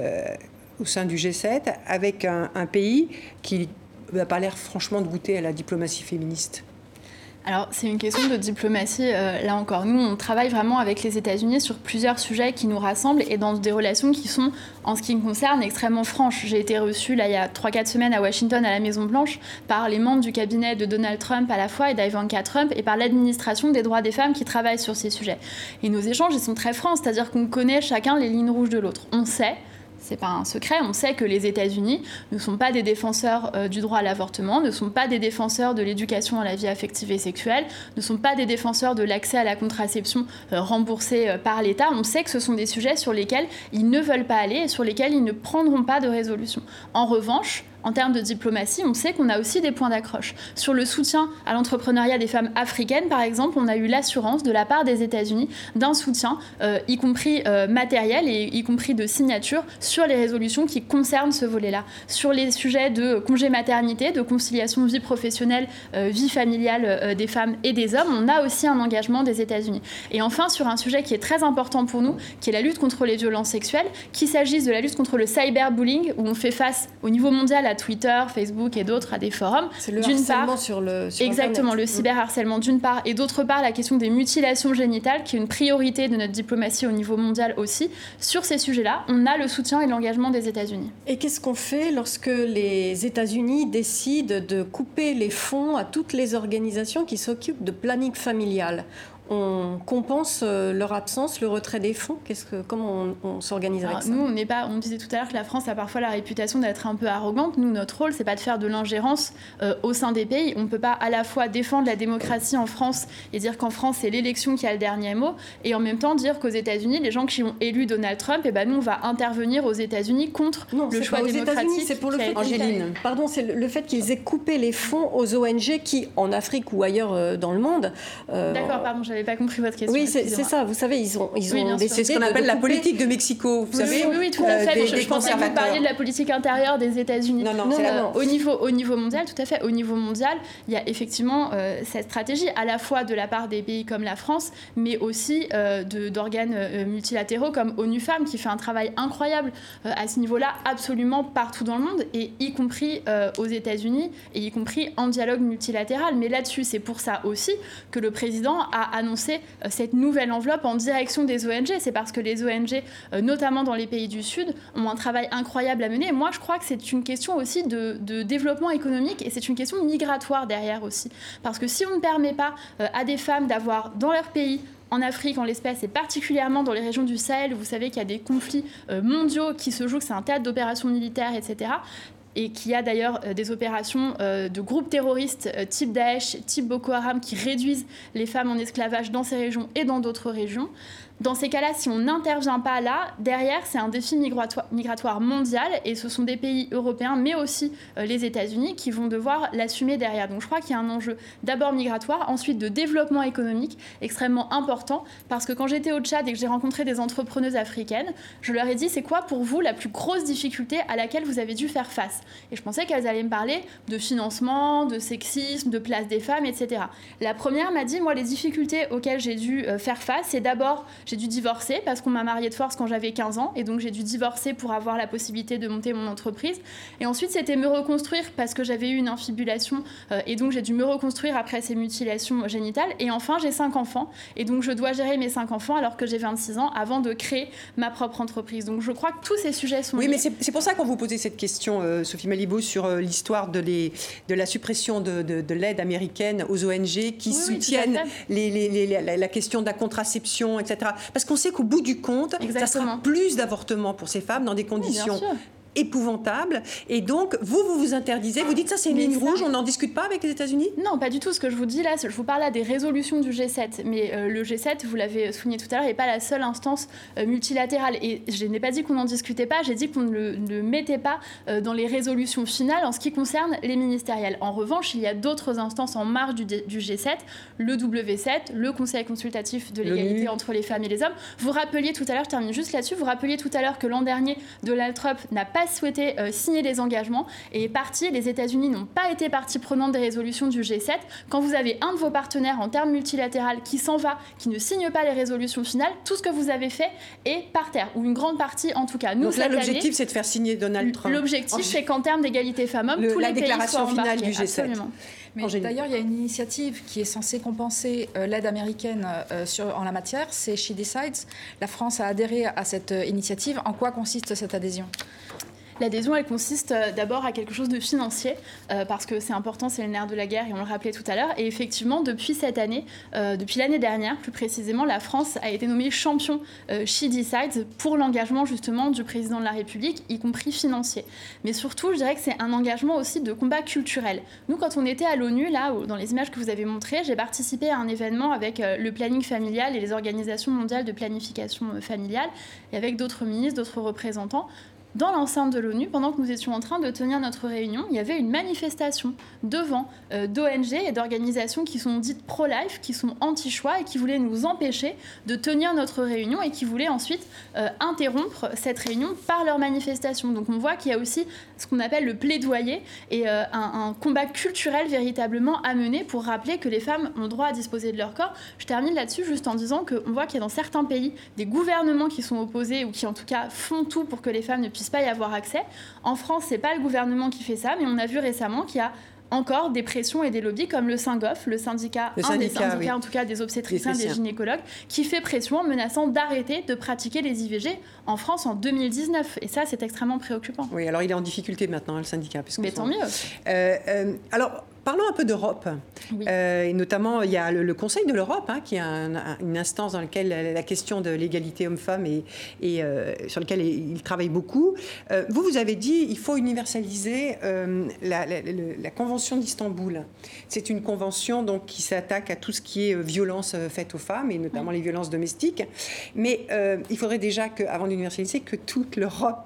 au sein du G7 avec un pays qui n'a pas l'air franchement de goûter à la diplomatie féministe ? Alors, c'est une question de diplomatie, là encore. Nous, on travaille vraiment avec les États-Unis sur plusieurs sujets qui nous rassemblent et dans des relations qui sont, en ce qui me concerne, extrêmement franches. J'ai été reçue, là, il y a 3-4 semaines à Washington, à la Maison-Blanche, par les membres du cabinet de Donald Trump à la fois et d'Ivanka Trump et par l'administration des droits des femmes qui travaillent sur ces sujets. Et nos échanges, ils sont très francs, c'est-à-dire qu'on connaît chacun les lignes rouges de l'autre. On sait... C'est pas un secret, on sait que les États-Unis ne sont pas des défenseurs du droit à l'avortement, ne sont pas des défenseurs de l'éducation à la vie affective et sexuelle, ne sont pas des défenseurs de l'accès à la contraception remboursée par l'État. On sait que ce sont des sujets sur lesquels ils ne veulent pas aller et sur lesquels ils ne prendront pas de résolution. En revanche, En termes de diplomatie, on sait qu'on a aussi des points d'accroche. Sur le soutien à l'entrepreneuriat des femmes africaines, par exemple, on a eu l'assurance de la part des États-Unis d'un soutien, y compris matériel et y compris de signature, sur les résolutions qui concernent ce volet-là. Sur les sujets de congé maternité, de conciliation vie professionnelle, vie familiale des femmes et des hommes, on a aussi un engagement des États-Unis. Et enfin, sur un sujet qui est très important pour nous, qui est la lutte contre les violences sexuelles, qu'il s'agisse de la lutte contre le cyberbullying, où on fait face au niveau mondial à Twitter, Facebook et d'autres, à des forums. C'est le harcèlement sur exactement, Internet. le cyberharcèlement d'une part, et d'autre part la question des mutilations génitales, qui est une priorité de notre diplomatie au niveau mondial aussi. Sur ces sujets-là, on a le soutien et l'engagement des États-Unis. Et qu'est-ce qu'on fait lorsque les États-Unis décident de couper les fonds à toutes les organisations qui s'occupent de planning familial ? On compense leur absence, le retrait des fonds. Comment on s'organise avec ça ? Nous, on disait tout à l'heure que la France a parfois la réputation d'être un peu arrogante. Nous, notre rôle, c'est pas de faire de l'ingérence au sein des pays. On ne peut pas à la fois défendre la démocratie en France et dire qu'en France, c'est l'élection qui a le dernier mot, et en même temps dire qu'aux États-Unis, les gens qui ont élu Donald Trump, nous, on va intervenir aux États-Unis contre le choix démocratique. C'est pour le fait c'est le fait qu'ils aient coupé les fonds aux ONG qui, en Afrique ou ailleurs dans le monde... D'accord, pardon, j'avais pas compris votre question. Oui, c'est ça. Vous savez, ils ont décidé. C'est ce qu'on appelle la politique de Mexico. Vous savez, oui, tout à fait. Je pensais que vous parliez de la politique intérieure des États-Unis. Non. Au niveau mondial, tout à fait. Au niveau mondial, il y a effectivement cette stratégie, à la fois de la part des pays comme la France, mais aussi d'organes multilatéraux comme ONU Femmes, qui fait un travail incroyable à ce niveau-là, absolument partout dans le monde, et y compris aux États-Unis, et y compris en dialogue multilatéral. Mais là-dessus, c'est pour ça aussi que le président a annoncé cette nouvelle enveloppe en direction des ONG. C'est parce que les ONG, notamment dans les pays du Sud, ont un travail incroyable à mener. Et moi, je crois que c'est une question aussi de développement économique, et c'est une question migratoire derrière aussi. Parce que si on ne permet pas à des femmes d'avoir dans leur pays, en Afrique en l'espèce, et particulièrement dans les régions du Sahel, où vous savez qu'il y a des conflits mondiaux qui se jouent, que c'est un théâtre d'opérations militaires, etc., et qu'il y a d'ailleurs des opérations de groupes terroristes type Daesh, type Boko Haram, qui réduisent les femmes en esclavage dans ces régions et dans d'autres régions. Dans ces cas-là, si on n'intervient pas là, derrière, c'est un défi migratoire mondial, et ce sont des pays européens, mais aussi les États-Unis, qui vont devoir l'assumer derrière. Donc je crois qu'il y a un enjeu d'abord migratoire, ensuite de développement économique extrêmement important, parce que quand j'étais au Tchad et que j'ai rencontré des entrepreneuses africaines, je leur ai dit, c'est quoi pour vous la plus grosse difficulté à laquelle vous avez dû faire face ? Et je pensais qu'elles allaient me parler de financement, de sexisme, de place des femmes, etc. La première m'a dit, moi, les difficultés auxquelles j'ai dû faire face, c'est d'abord, j'ai dû divorcer parce qu'on m'a mariée de force quand j'avais 15 ans, et donc j'ai dû divorcer pour avoir la possibilité de monter mon entreprise. Et ensuite, c'était me reconstruire parce que j'avais eu une infibulation, et donc j'ai dû me reconstruire après ces mutilations génitales. Et enfin, j'ai 5 enfants, et donc je dois gérer mes 5 enfants alors que j'ai 26 ans avant de créer ma propre entreprise. Donc je crois que tous ces sujets sont liés. Oui, mais c'est pour ça qu'on vous posait cette question, Sophie Malibaud, sur l'histoire de la suppression de l'aide américaine aux ONG qui soutiennent la question de la contraception, etc. Parce qu'on sait qu'au bout du compte, ça sera plus d'avortements pour ces femmes dans des conditions épouvantable. Et donc, vous interdisez, vous dites ça c'est une ligne rouge, on n'en discute pas avec les États-Unis ? Non, pas du tout. Ce que je vous dis là, je vous parle là des résolutions du G7. Mais le G7, vous l'avez souligné tout à l'heure, n'est pas la seule instance multilatérale. Et je n'ai pas dit qu'on n'en discutait pas, j'ai dit qu'on ne le mettait pas dans les résolutions finales en ce qui concerne les ministériels. En revanche, il y a d'autres instances en marge du G7, le W7, le Conseil consultatif de l'égalité entre les femmes et les hommes. Vous rappeliez tout à l'heure, je termine juste là-dessus, vous rappeliez tout à l'heure que l'an dernier, Donald Trump n'a pas souhaité signer les engagements et est parti. Les États-Unis n'ont pas été partie prenante des résolutions du G7. Quand vous avez un de vos partenaires en termes multilatéral qui s'en va, qui ne signe pas les résolutions finales, tout ce que vous avez fait est par terre, ou une grande partie en tout cas. Nous, donc là, l'objectif, c'est de faire signer Donald Trump. L'objectif, c'est qu'en termes d'égalité femmes-hommes, tous les pays soient embarqués. La déclaration finale du G7. Absolument. Mais d'ailleurs, il y a une initiative qui est censée compenser l'aide américaine en la matière, c'est She Decides. La France a adhéré à cette initiative. En quoi consiste cette adhésion ? L'adhésion, elle consiste d'abord à quelque chose de financier, parce que c'est important, c'est le nerf de la guerre, et on le rappelait tout à l'heure. Et effectivement, depuis cette année, depuis l'année dernière, plus précisément, la France a été nommée champion She Decides pour l'engagement justement du président de la République, y compris financier. Mais surtout, je dirais que c'est un engagement aussi de combat culturel. Nous, quand on était à l'ONU, là, dans les images que vous avez montrées, j'ai participé à un événement avec le planning familial et les organisations mondiales de planification familiale, et avec d'autres ministres, d'autres représentants. dans l'enceinte de l'ONU, pendant que nous étions en train de tenir notre réunion, il y avait une manifestation devant d'ONG et d'organisations qui sont dites pro-life, qui sont anti-choix et qui voulaient nous empêcher de tenir notre réunion et qui voulaient ensuite interrompre cette réunion par leur manifestation. Donc on voit qu'il y a aussi ce qu'on appelle le plaidoyer et un combat culturel véritablement à mener pour rappeler que les femmes ont droit à disposer de leur corps. Je termine là-dessus juste en disant qu'on voit qu'il y a dans certains pays des gouvernements qui sont opposés ou qui en tout cas font tout pour que les femmes ne puissent pas y avoir accès. En France, c'est pas le gouvernement qui fait ça, mais on a vu récemment qu'il y a encore des pressions et des lobbies comme le SYNGOF, un des syndicats oui. En tout cas des obstétriciens, des gynécologues, qui fait pression en menaçant d'arrêter de pratiquer les IVG en France en 2019. Et ça, c'est extrêmement préoccupant. Oui, alors il est en difficulté maintenant, le syndicat. Mais tant mieux. Alors, parlons un peu d'Europe. Oui. Et notamment, il y a le Conseil de l'Europe, qui est une instance dans laquelle la question de l'égalité homme-femme et sur laquelle il travaille beaucoup. Vous avez dit qu'il faut universaliser la Convention d'Istanbul. C'est une convention donc, qui s'attaque à tout ce qui est violence faite aux femmes, et notamment les violences domestiques. Mais il faudrait déjà, avant d'universaliser, que toute l'Europe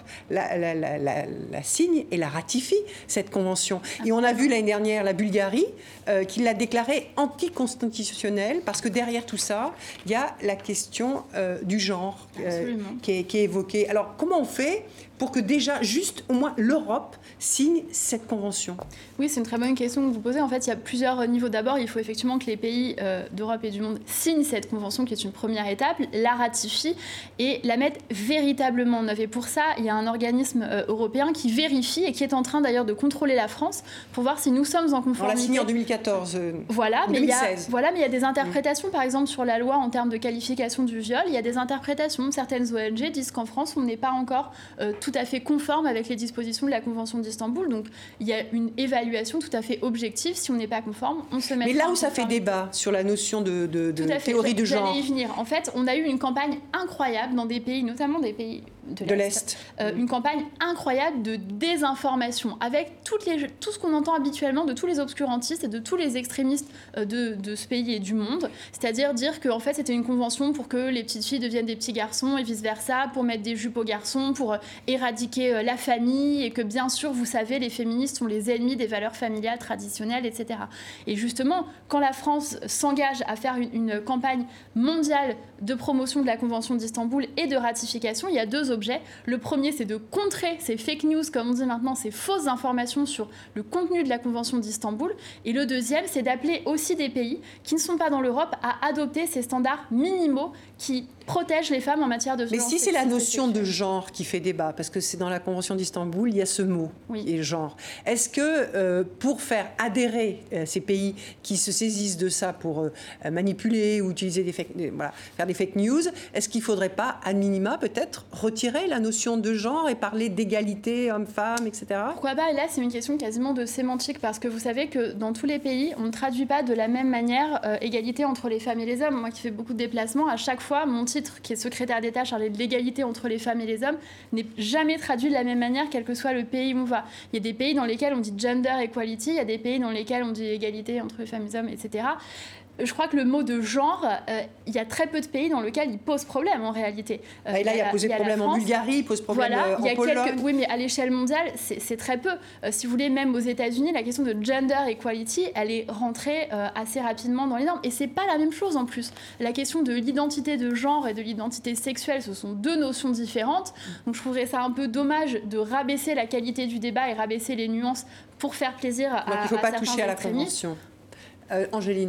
la signe et la ratifie, cette convention. Et on a vu l'année dernière la Bulgarie qui l'a déclarée anticonstitutionnelle, parce que derrière tout ça, il y a la question du genre qui est évoquée. Alors, comment on fait pour que déjà, juste au moins, l'Europe signe cette convention? Oui, c'est une très bonne question que vous posez. En fait, il y a plusieurs niveaux. D'abord, il faut effectivement que les pays d'Europe et du monde signent cette convention, qui est une première étape, la ratifient et la mettent véritablement en œuvre. Et pour ça, il y a un organisme européen qui vérifie et qui est en train d'ailleurs de contrôler la France pour voir si nous sommes en conformité. On l'a signé en 2014, voilà, en 2016. Mais il y a des interprétations, par exemple, sur la loi en termes de qualification du viol. Il y a des interprétations. Certaines ONG disent qu'en France, on n'est pas encore tout à fait conforme avec les dispositions de la Convention d'Istanbul. Donc, il y a une évaluation tout à fait objective. Si on n'est pas conforme, on se met. Mais là où ça fait débat sur la notion de théorie de genre. J'allais y venir. En fait, on a eu une campagne incroyable dans des pays, notamment des pays de l'Est. Une campagne incroyable de désinformation avec tout ce qu'on entend habituellement de tous les obscurantistes et de tous les extrémistes de ce pays et du monde. C'est-à-dire dire qu'en fait, c'était une convention pour que les petites filles deviennent des petits garçons et vice-versa, pour mettre des jupes aux garçons, pour éradiquer la famille, et que bien sûr, vous savez, les féministes sont les ennemis des valeurs familiales traditionnelles, etc. Et justement, quand la France s'engage à faire une campagne mondiale de promotion de la Convention d'Istanbul et de ratification, il y a deux objets. Le premier, c'est de contrer ces fake news, comme on dit maintenant, ces fausses informations sur le contenu de la Convention d'Istanbul. Et le deuxième, c'est d'appeler aussi des pays qui ne sont pas dans l'Europe à adopter ces standards minimaux qui protègent les femmes en matière de violence. Mais si c'est la notion de genre qui fait débat, parce que c'est dans la Convention d'Istanbul, il y a ce mot, qui est genre. Est-ce que pour faire adhérer ces pays qui se saisissent de ça pour manipuler ou utiliser faire des fake news, est-ce qu'il ne faudrait pas, à minima, peut-être retirer la notion de genre et parler d'égalité homme-femme, etc. Pourquoi pas? Et là, c'est une question quasiment de sémantique, parce que vous savez que dans tous les pays, on ne traduit pas de la même manière égalité entre les femmes et les hommes. Moi qui fais beaucoup de déplacements, à chaque fois, mon titre, qui est secrétaire d'État chargé de l'égalité entre les femmes et les hommes, n'est jamais traduit de la même manière, quel que soit le pays où on va. Il y a des pays dans lesquels on dit gender equality, il y a des pays dans lesquels on dit égalité entre les femmes et les hommes, etc. Je crois que le mot de genre, il y a très peu de pays dans lesquels il pose problème en réalité. Et là, il a posé problème en Bulgarie, il pose problème en Pologne. Oui, mais à l'échelle mondiale, c'est très peu. Si vous voulez, même aux États-Unis, la question de gender equality, elle est rentrée assez rapidement dans les normes. Et c'est pas la même chose en plus. La question de l'identité de genre et de l'identité sexuelle, ce sont deux notions différentes. Donc je trouverais ça un peu dommage de rabaisser la qualité du débat et rabaisser les nuances pour faire plaisir à certains extrémistes. Donc il ne faut pas toucher à la Convention. Angéline.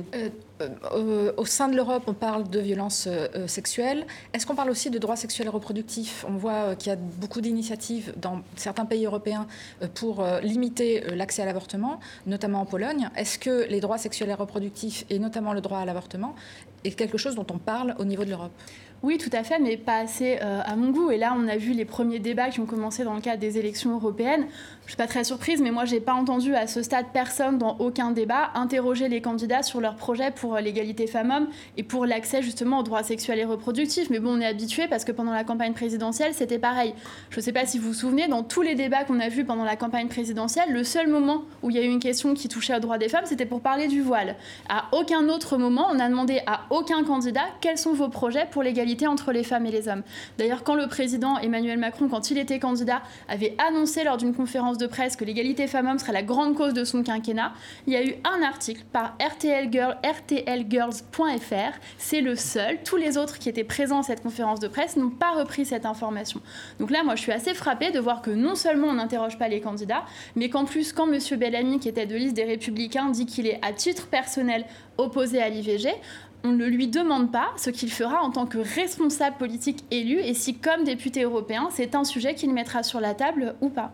Au sein de l'Europe, on parle de violences sexuelles. Est-ce qu'on parle aussi de droits sexuels et reproductifs? On voit qu'il y a beaucoup d'initiatives dans certains pays européens pour limiter l'accès à l'avortement, notamment en Pologne. Est-ce que les droits sexuels et reproductifs, et notamment le droit à l'avortement, est quelque chose dont on parle au niveau de l'Europe? Oui, tout à fait, mais pas assez à mon goût. Et là, on a vu les premiers débats qui ont commencé dans le cadre des élections européennes. Je ne suis pas très surprise, mais moi, je n'ai pas entendu à ce stade personne dans aucun débat interroger les candidats sur leur projet pour l'égalité femmes-hommes et pour l'accès justement aux droits sexuels et reproductifs. Mais bon, on est habitué parce que pendant la campagne présidentielle, c'était pareil. Je ne sais pas si vous vous souvenez, dans tous les débats qu'on a vus pendant la campagne présidentielle, le seul moment où il y a eu une question qui touchait aux droits des femmes, c'était pour parler du voile. À aucun autre moment, on n'a demandé à aucun candidat quels sont vos projets pour l'égalité l'égalité entre les femmes et les hommes. D'ailleurs, quand le président Emmanuel Macron, quand il était candidat, avait annoncé lors d'une conférence de presse que l'égalité femmes-hommes serait la grande cause de son quinquennat, il y a eu un article par rtlgirls.fr, c'est le seul. Tous les autres qui étaient présents à cette conférence de presse n'ont pas repris cette information. Donc là, moi, je suis assez frappée de voir que non seulement on n'interroge pas les candidats, mais qu'en plus, quand M. Bellamy, qui était de liste des Républicains, dit qu'il est à titre personnel opposé à l'IVG, on ne lui demande pas ce qu'il fera en tant que responsable politique élu et si, comme député européen, c'est un sujet qu'il mettra sur la table ou pas.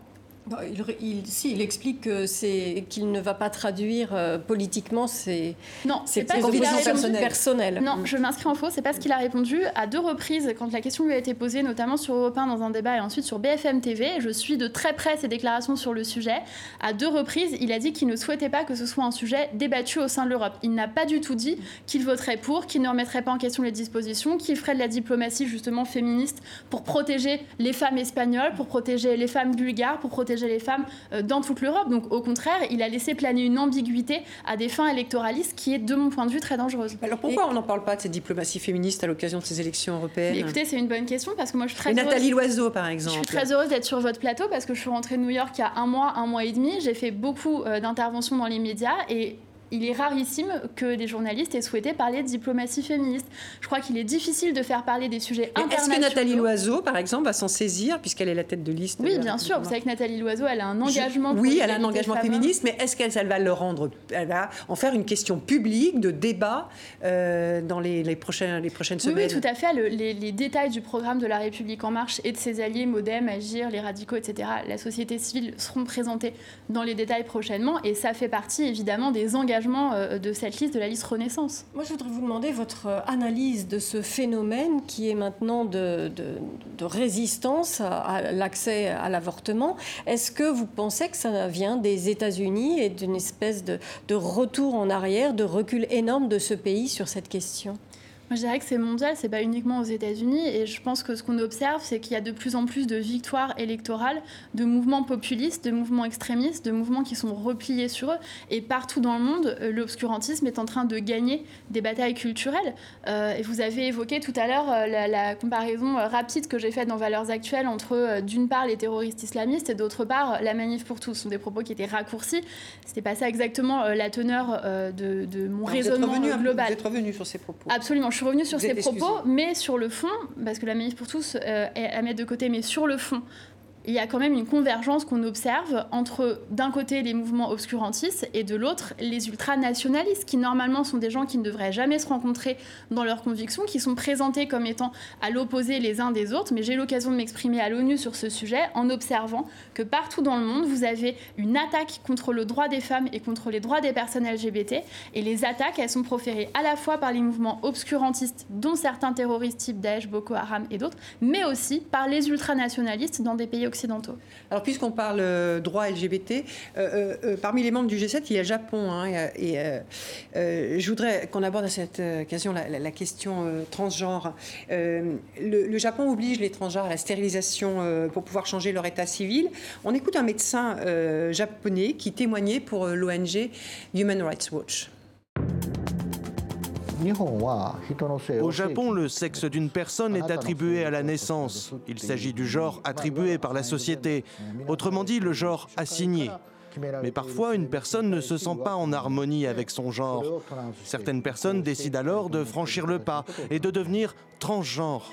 Il explique qu'il ne va pas traduire politiquement ses convictions personnelles. Non, je m'inscris en faux, c'est pas ce qu'il a répondu à 2 reprises quand la question lui a été posée, notamment sur Europe 1 dans un débat et ensuite sur BFM TV. Je suis de très près ses déclarations sur le sujet. À 2 reprises, il a dit qu'il ne souhaitait pas que ce soit un sujet débattu au sein de l'Europe. Il n'a pas du tout dit qu'il voterait pour, qu'il ne remettrait pas en question les dispositions, qu'il ferait de la diplomatie justement féministe pour protéger les femmes espagnoles, pour protéger les femmes bulgares, pour protéger les femmes dans toute l'Europe. Donc au contraire, il a laissé planer une ambiguïté à des fins électoralistes qui est, de mon point de vue, très dangereuse. Alors pourquoi on n'en parle pas de cette diplomatie féministe à l'occasion de ces élections européennes ? Mais écoutez, c'est une bonne question parce que moi je suis très heureuse. Nathalie Loiseau, par exemple. Je suis très heureuse d'être sur votre plateau parce que je suis rentrée de New York il y a un mois et demi. J'ai fait beaucoup d'interventions dans les médias et il est rarissime que des journalistes aient souhaité parler de diplomatie féministe. Je crois qu'il est difficile de faire parler des sujets internationaux. Est-ce que Nathalie Loiseau, par exemple, va s'en saisir, puisqu'elle est la tête de liste ? Oui, bien sûr. Vous savez que Nathalie Loiseau, elle a un engagement Oui, elle a un engagement féministe, mais est-ce qu'elle va le rendre... Elle va en faire une question publique, de débat, dans les prochaines semaines ? Oui, tout à fait. Les détails du programme de La République En Marche et de ses alliés, Modem, Agir, les radicaux, etc., la société civile, seront présentés dans les détails prochainement. Et ça fait partie, évidemment, des engagements de cette liste, de la liste Renaissance. Moi, je voudrais vous demander votre analyse de ce phénomène qui est maintenant de résistance à l'accès à l'avortement. Est-ce que vous pensez que ça vient des États-Unis et d'une espèce de retour en arrière, de recul énorme de ce pays sur cette question ? Moi, je dirais que c'est mondial, c'est pas uniquement aux États-Unis. Et je pense que ce qu'on observe, c'est qu'il y a de plus en plus de victoires électorales, de mouvements populistes, de mouvements extrémistes, de mouvements qui sont repliés sur eux. Et partout dans le monde, l'obscurantisme est en train de gagner des batailles culturelles. Et vous avez évoqué tout à l'heure la comparaison rapide que j'ai faite dans Valeurs Actuelles entre, d'une part, les terroristes islamistes et d'autre part, la manif pour tous. Ce sont des propos qui étaient raccourcis. C'était pas ça exactement la teneur de mon raisonnement global. Vous êtes revenu sur ces propos. Absolument. Je suis revenue sur ces propos, mais sur le fond, parce que la manif pour tous est à mettre de côté, mais sur le fond, il y a quand même une convergence qu'on observe entre, d'un côté, les mouvements obscurantistes et de l'autre, les ultranationalistes, qui normalement sont des gens qui ne devraient jamais se rencontrer dans leurs convictions, qui sont présentés comme étant à l'opposé les uns des autres. Mais j'ai eu l'occasion de m'exprimer à l'ONU sur ce sujet en observant que partout dans le monde, vous avez une attaque contre le droit des femmes et contre les droits des personnes LGBT. Et les attaques, elles sont proférées à la fois par les mouvements obscurantistes, dont certains terroristes type Daesh, Boko Haram et d'autres, mais aussi par les ultranationalistes dans des pays occidentaux. Alors, puisqu'on parle droit LGBT, parmi les membres du G7, il y a le Japon. Je voudrais qu'on aborde à cette occasion la question transgenre. Le Japon oblige les transgenres à la stérilisation pour pouvoir changer leur état civil. On écoute un médecin japonais qui témoignait pour l'ONG Human Rights Watch. Au Japon, le sexe d'une personne est attribué à la naissance. Il s'agit du genre attribué par la société, autrement dit le genre assigné. Mais parfois, une personne ne se sent pas en harmonie avec son genre. Certaines personnes décident alors de franchir le pas et de devenir transgenre.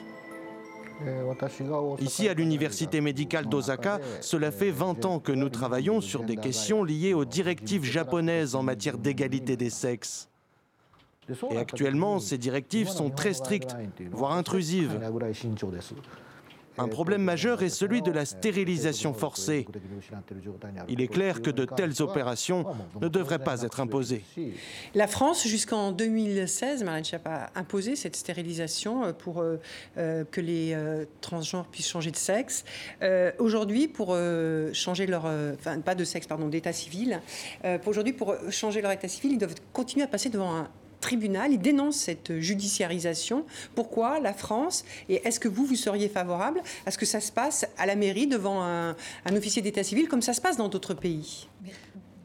Ici, à l'université médicale d'Osaka, cela fait 20 ans que nous travaillons sur des questions liées aux directives japonaises en matière d'égalité des sexes. Et actuellement, ces directives sont très strictes, voire intrusives. Un problème majeur est celui de la stérilisation forcée. Il est clair que de telles opérations ne devraient pas être imposées. La France, jusqu'en 2016, Marlène Schiappa a imposé cette stérilisation pour que les transgenres puissent changer de sexe. Aujourd'hui, pour changer leur... pas de sexe, pardon, d'état civil. Aujourd'hui, pour changer leur état civil, ils doivent continuer à passer devant un tribunal. Ils dénoncent cette judiciarisation. Pourquoi la France? Et est-ce que vous seriez favorable à ce que ça se passe à la mairie devant un officier d'état civil comme ça se passe dans d'autres pays?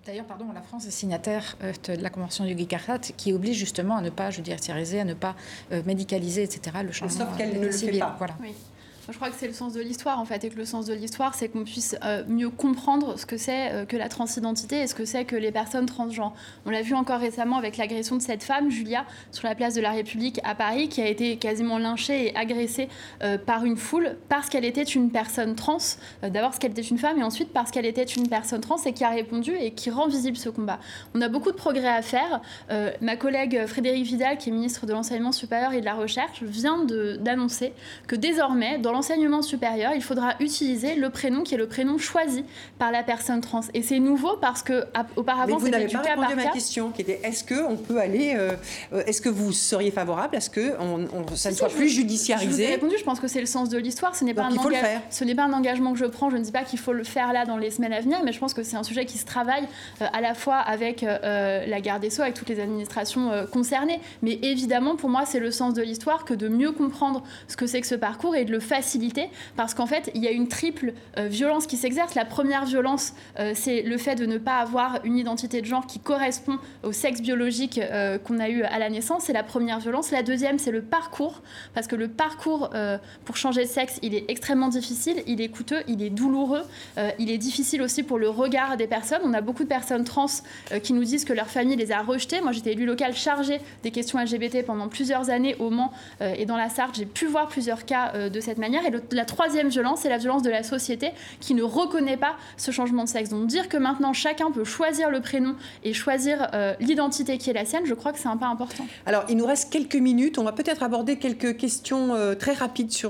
D'ailleurs, la France est signataire de la Convention du Guy-Cartat qui oblige justement à ne pas judiciariser, à ne pas médicaliser, etc. le changement sauf qu'elle ne le fait pas. Voilà. Oui. Je crois que c'est le sens de l'histoire, en fait, et que le sens de l'histoire, c'est qu'on puisse mieux comprendre ce que c'est que la transidentité et ce que c'est que les personnes transgenres. On l'a vu encore récemment avec l'agression de cette femme, Julia, sur la place de la République à Paris, qui a été quasiment lynchée et agressée par une foule parce qu'elle était une personne trans. D'abord parce qu'elle était une femme et ensuite parce qu'elle était une personne trans et qui a répondu et qui rend visible ce combat. On a beaucoup de progrès à faire. Ma collègue Frédérique Vidal, qui est ministre de l'Enseignement supérieur et de la Recherche, vient d'annoncer que désormais, dans l'enseignement supérieur, il faudra utiliser le prénom qui est le prénom choisi par la personne trans. Et c'est nouveau parce qu'auparavant, c'était du cas par cas. Mais vous n'avez pas répondu à ma question, qui était est-ce qu'on peut aller... est-ce que vous seriez favorable à ce que ça ne soit plus judiciarisé? Je vous ai répondu, je pense que c'est le sens de l'histoire. Ce n'est pas un engagement que je prends. Je ne dis pas qu'il faut le faire là dans les semaines à venir, mais je pense que c'est un sujet qui se travaille à la fois avec la garde des Sceaux, avec toutes les administrations concernées. Mais évidemment, pour moi, c'est le sens de l'histoire que de mieux comprendre ce que c'est que ce parcours et de le faciliter, parce qu'en fait, il y a une triple violence qui s'exerce. La première violence, c'est le fait de ne pas avoir une identité de genre qui correspond au sexe biologique qu'on a eu à la naissance. C'est la première violence. La deuxième, c'est le parcours, parce que le parcours pour changer de sexe, il est extrêmement difficile, il est coûteux, il est douloureux, il est difficile aussi pour le regard des personnes. On a beaucoup de personnes trans qui nous disent que leur famille les a rejetés. Moi, j'étais élue locale chargée des questions LGBT pendant plusieurs années au Mans et dans la Sarthe. J'ai pu voir plusieurs cas de cette manière. Et la troisième violence, c'est la violence de la société qui ne reconnaît pas ce changement de sexe. Donc dire que maintenant chacun peut choisir le prénom et choisir l'identité qui est la sienne, je crois que c'est un pas important. Alors, il nous reste quelques minutes. On va peut-être aborder quelques questions très rapides sur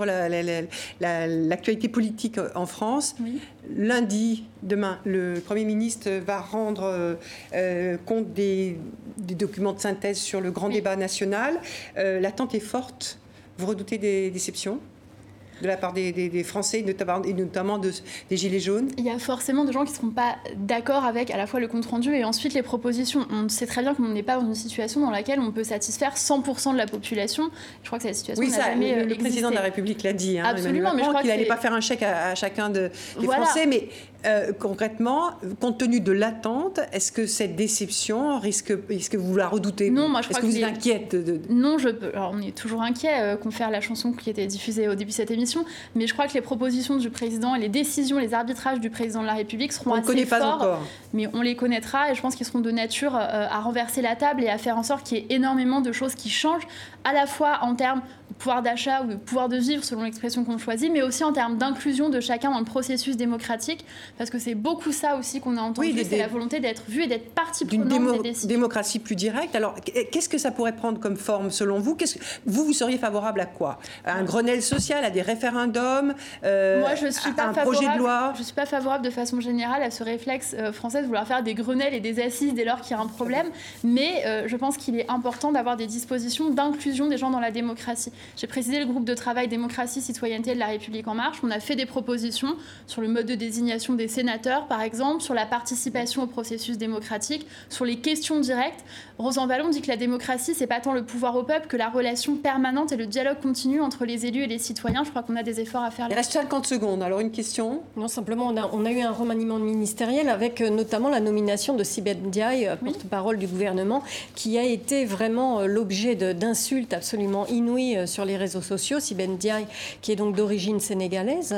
l'actualité politique en France. Oui. Lundi, demain, le Premier ministre va rendre compte des documents de synthèse sur le grand débat national. L'attente est forte. Vous redoutez des déceptions de la part des Français, et notamment des Gilets jaunes? Il y a forcément des gens qui ne seront pas d'accord avec à la fois le compte-rendu et ensuite les propositions. On sait très bien qu'on n'est pas dans une situation dans laquelle on peut satisfaire 100% de la population. Je crois que c'est la situation n'a jamais existé. Le président de la République l'a dit. Absolument, mais je crois qu'il n'allait pas faire un chèque à chacun des Français. Mais concrètement, compte tenu de l'attente, est-ce que cette déception est-ce que vous la redoutez? Non, moi je crois que vous êtes inquiète Non, alors, on est toujours inquiet qu'on fait la chanson qui était diffusée au début de cette émission. Mais je crois que les propositions du président et les décisions, les arbitrages du président de la République seront assez forts, mais on les connaîtra et je pense qu'ils seront de nature à renverser la table et à faire en sorte qu'il y ait énormément de choses qui changent, à la fois en termes de pouvoir d'achat ou de pouvoir de vivre selon l'expression qu'on choisit, mais aussi en termes d'inclusion de chacun dans le processus démocratique, parce que c'est beaucoup ça aussi qu'on a entendu, c'est la volonté d'être vu et d'être partie prenante des décisions. Démocratie plus directe. Alors, qu'est-ce que ça pourrait prendre comme forme selon vous? Vous seriez favorable à quoi? À un Grenelle social, à des référendums, Moi, je suis pas un projet de loi? Je ne suis pas favorable de façon générale à ce réflexe français de vouloir faire des Grenelles et des assises dès lors qu'il y a un problème, mais je pense qu'il est important d'avoir des dispositions d'inclusion des gens dans la démocratie. J'ai présidé le groupe de travail démocratie, citoyenneté de la République en marche. On a fait des propositions sur le mode de désignation des sénateurs, par exemple, sur la participation au processus démocratique, sur les questions directes. Rosan Vallon dit que la démocratie, c'est pas tant le pouvoir au peuple que la relation permanente et le dialogue continu entre les élus et les citoyens. Je crois qu'on a des efforts à faire. Il reste 50 secondes. Alors, une question? Non, simplement, on a eu un remaniement ministériel avec notamment la nomination de Sibeth Ndiaye, porte-parole du gouvernement, qui a été vraiment l'objet d'insultes absolument inouïes sur les réseaux sociaux. Sibeth Ndiaye, qui est donc d'origine sénégalaise.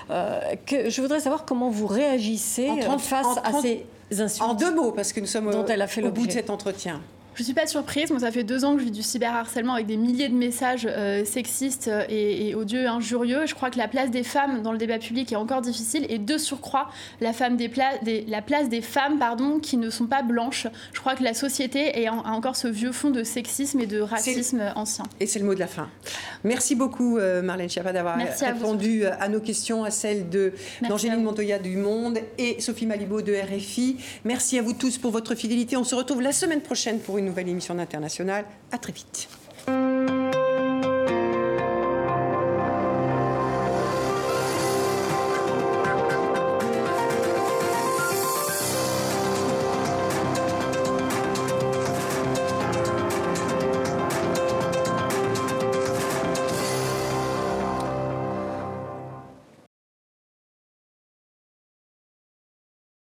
Je voudrais savoir comment vous réagissez face à ces insultes. En 2 mots, parce que nous sommes au bout de cet entretien. Je ne suis pas surprise. Moi, ça fait 2 ans que je vis du cyberharcèlement avec des milliers de messages sexistes et odieux, injurieux. Je crois que la place des femmes dans le débat public est encore difficile. Et de surcroît, la place des femmes qui ne sont pas blanches. Je crois que la société a encore ce vieux fond de sexisme et de racisme ancien. Et c'est le mot de la fin. Merci beaucoup, Marlène Schiappa, d'avoir répondu à nos questions, à celles d'Angéline Montoya du Monde et Sophie Malibaud de RFI. Merci à vous tous pour votre fidélité. On se retrouve la semaine prochaine pour une nouvelle émission d'International. À très vite.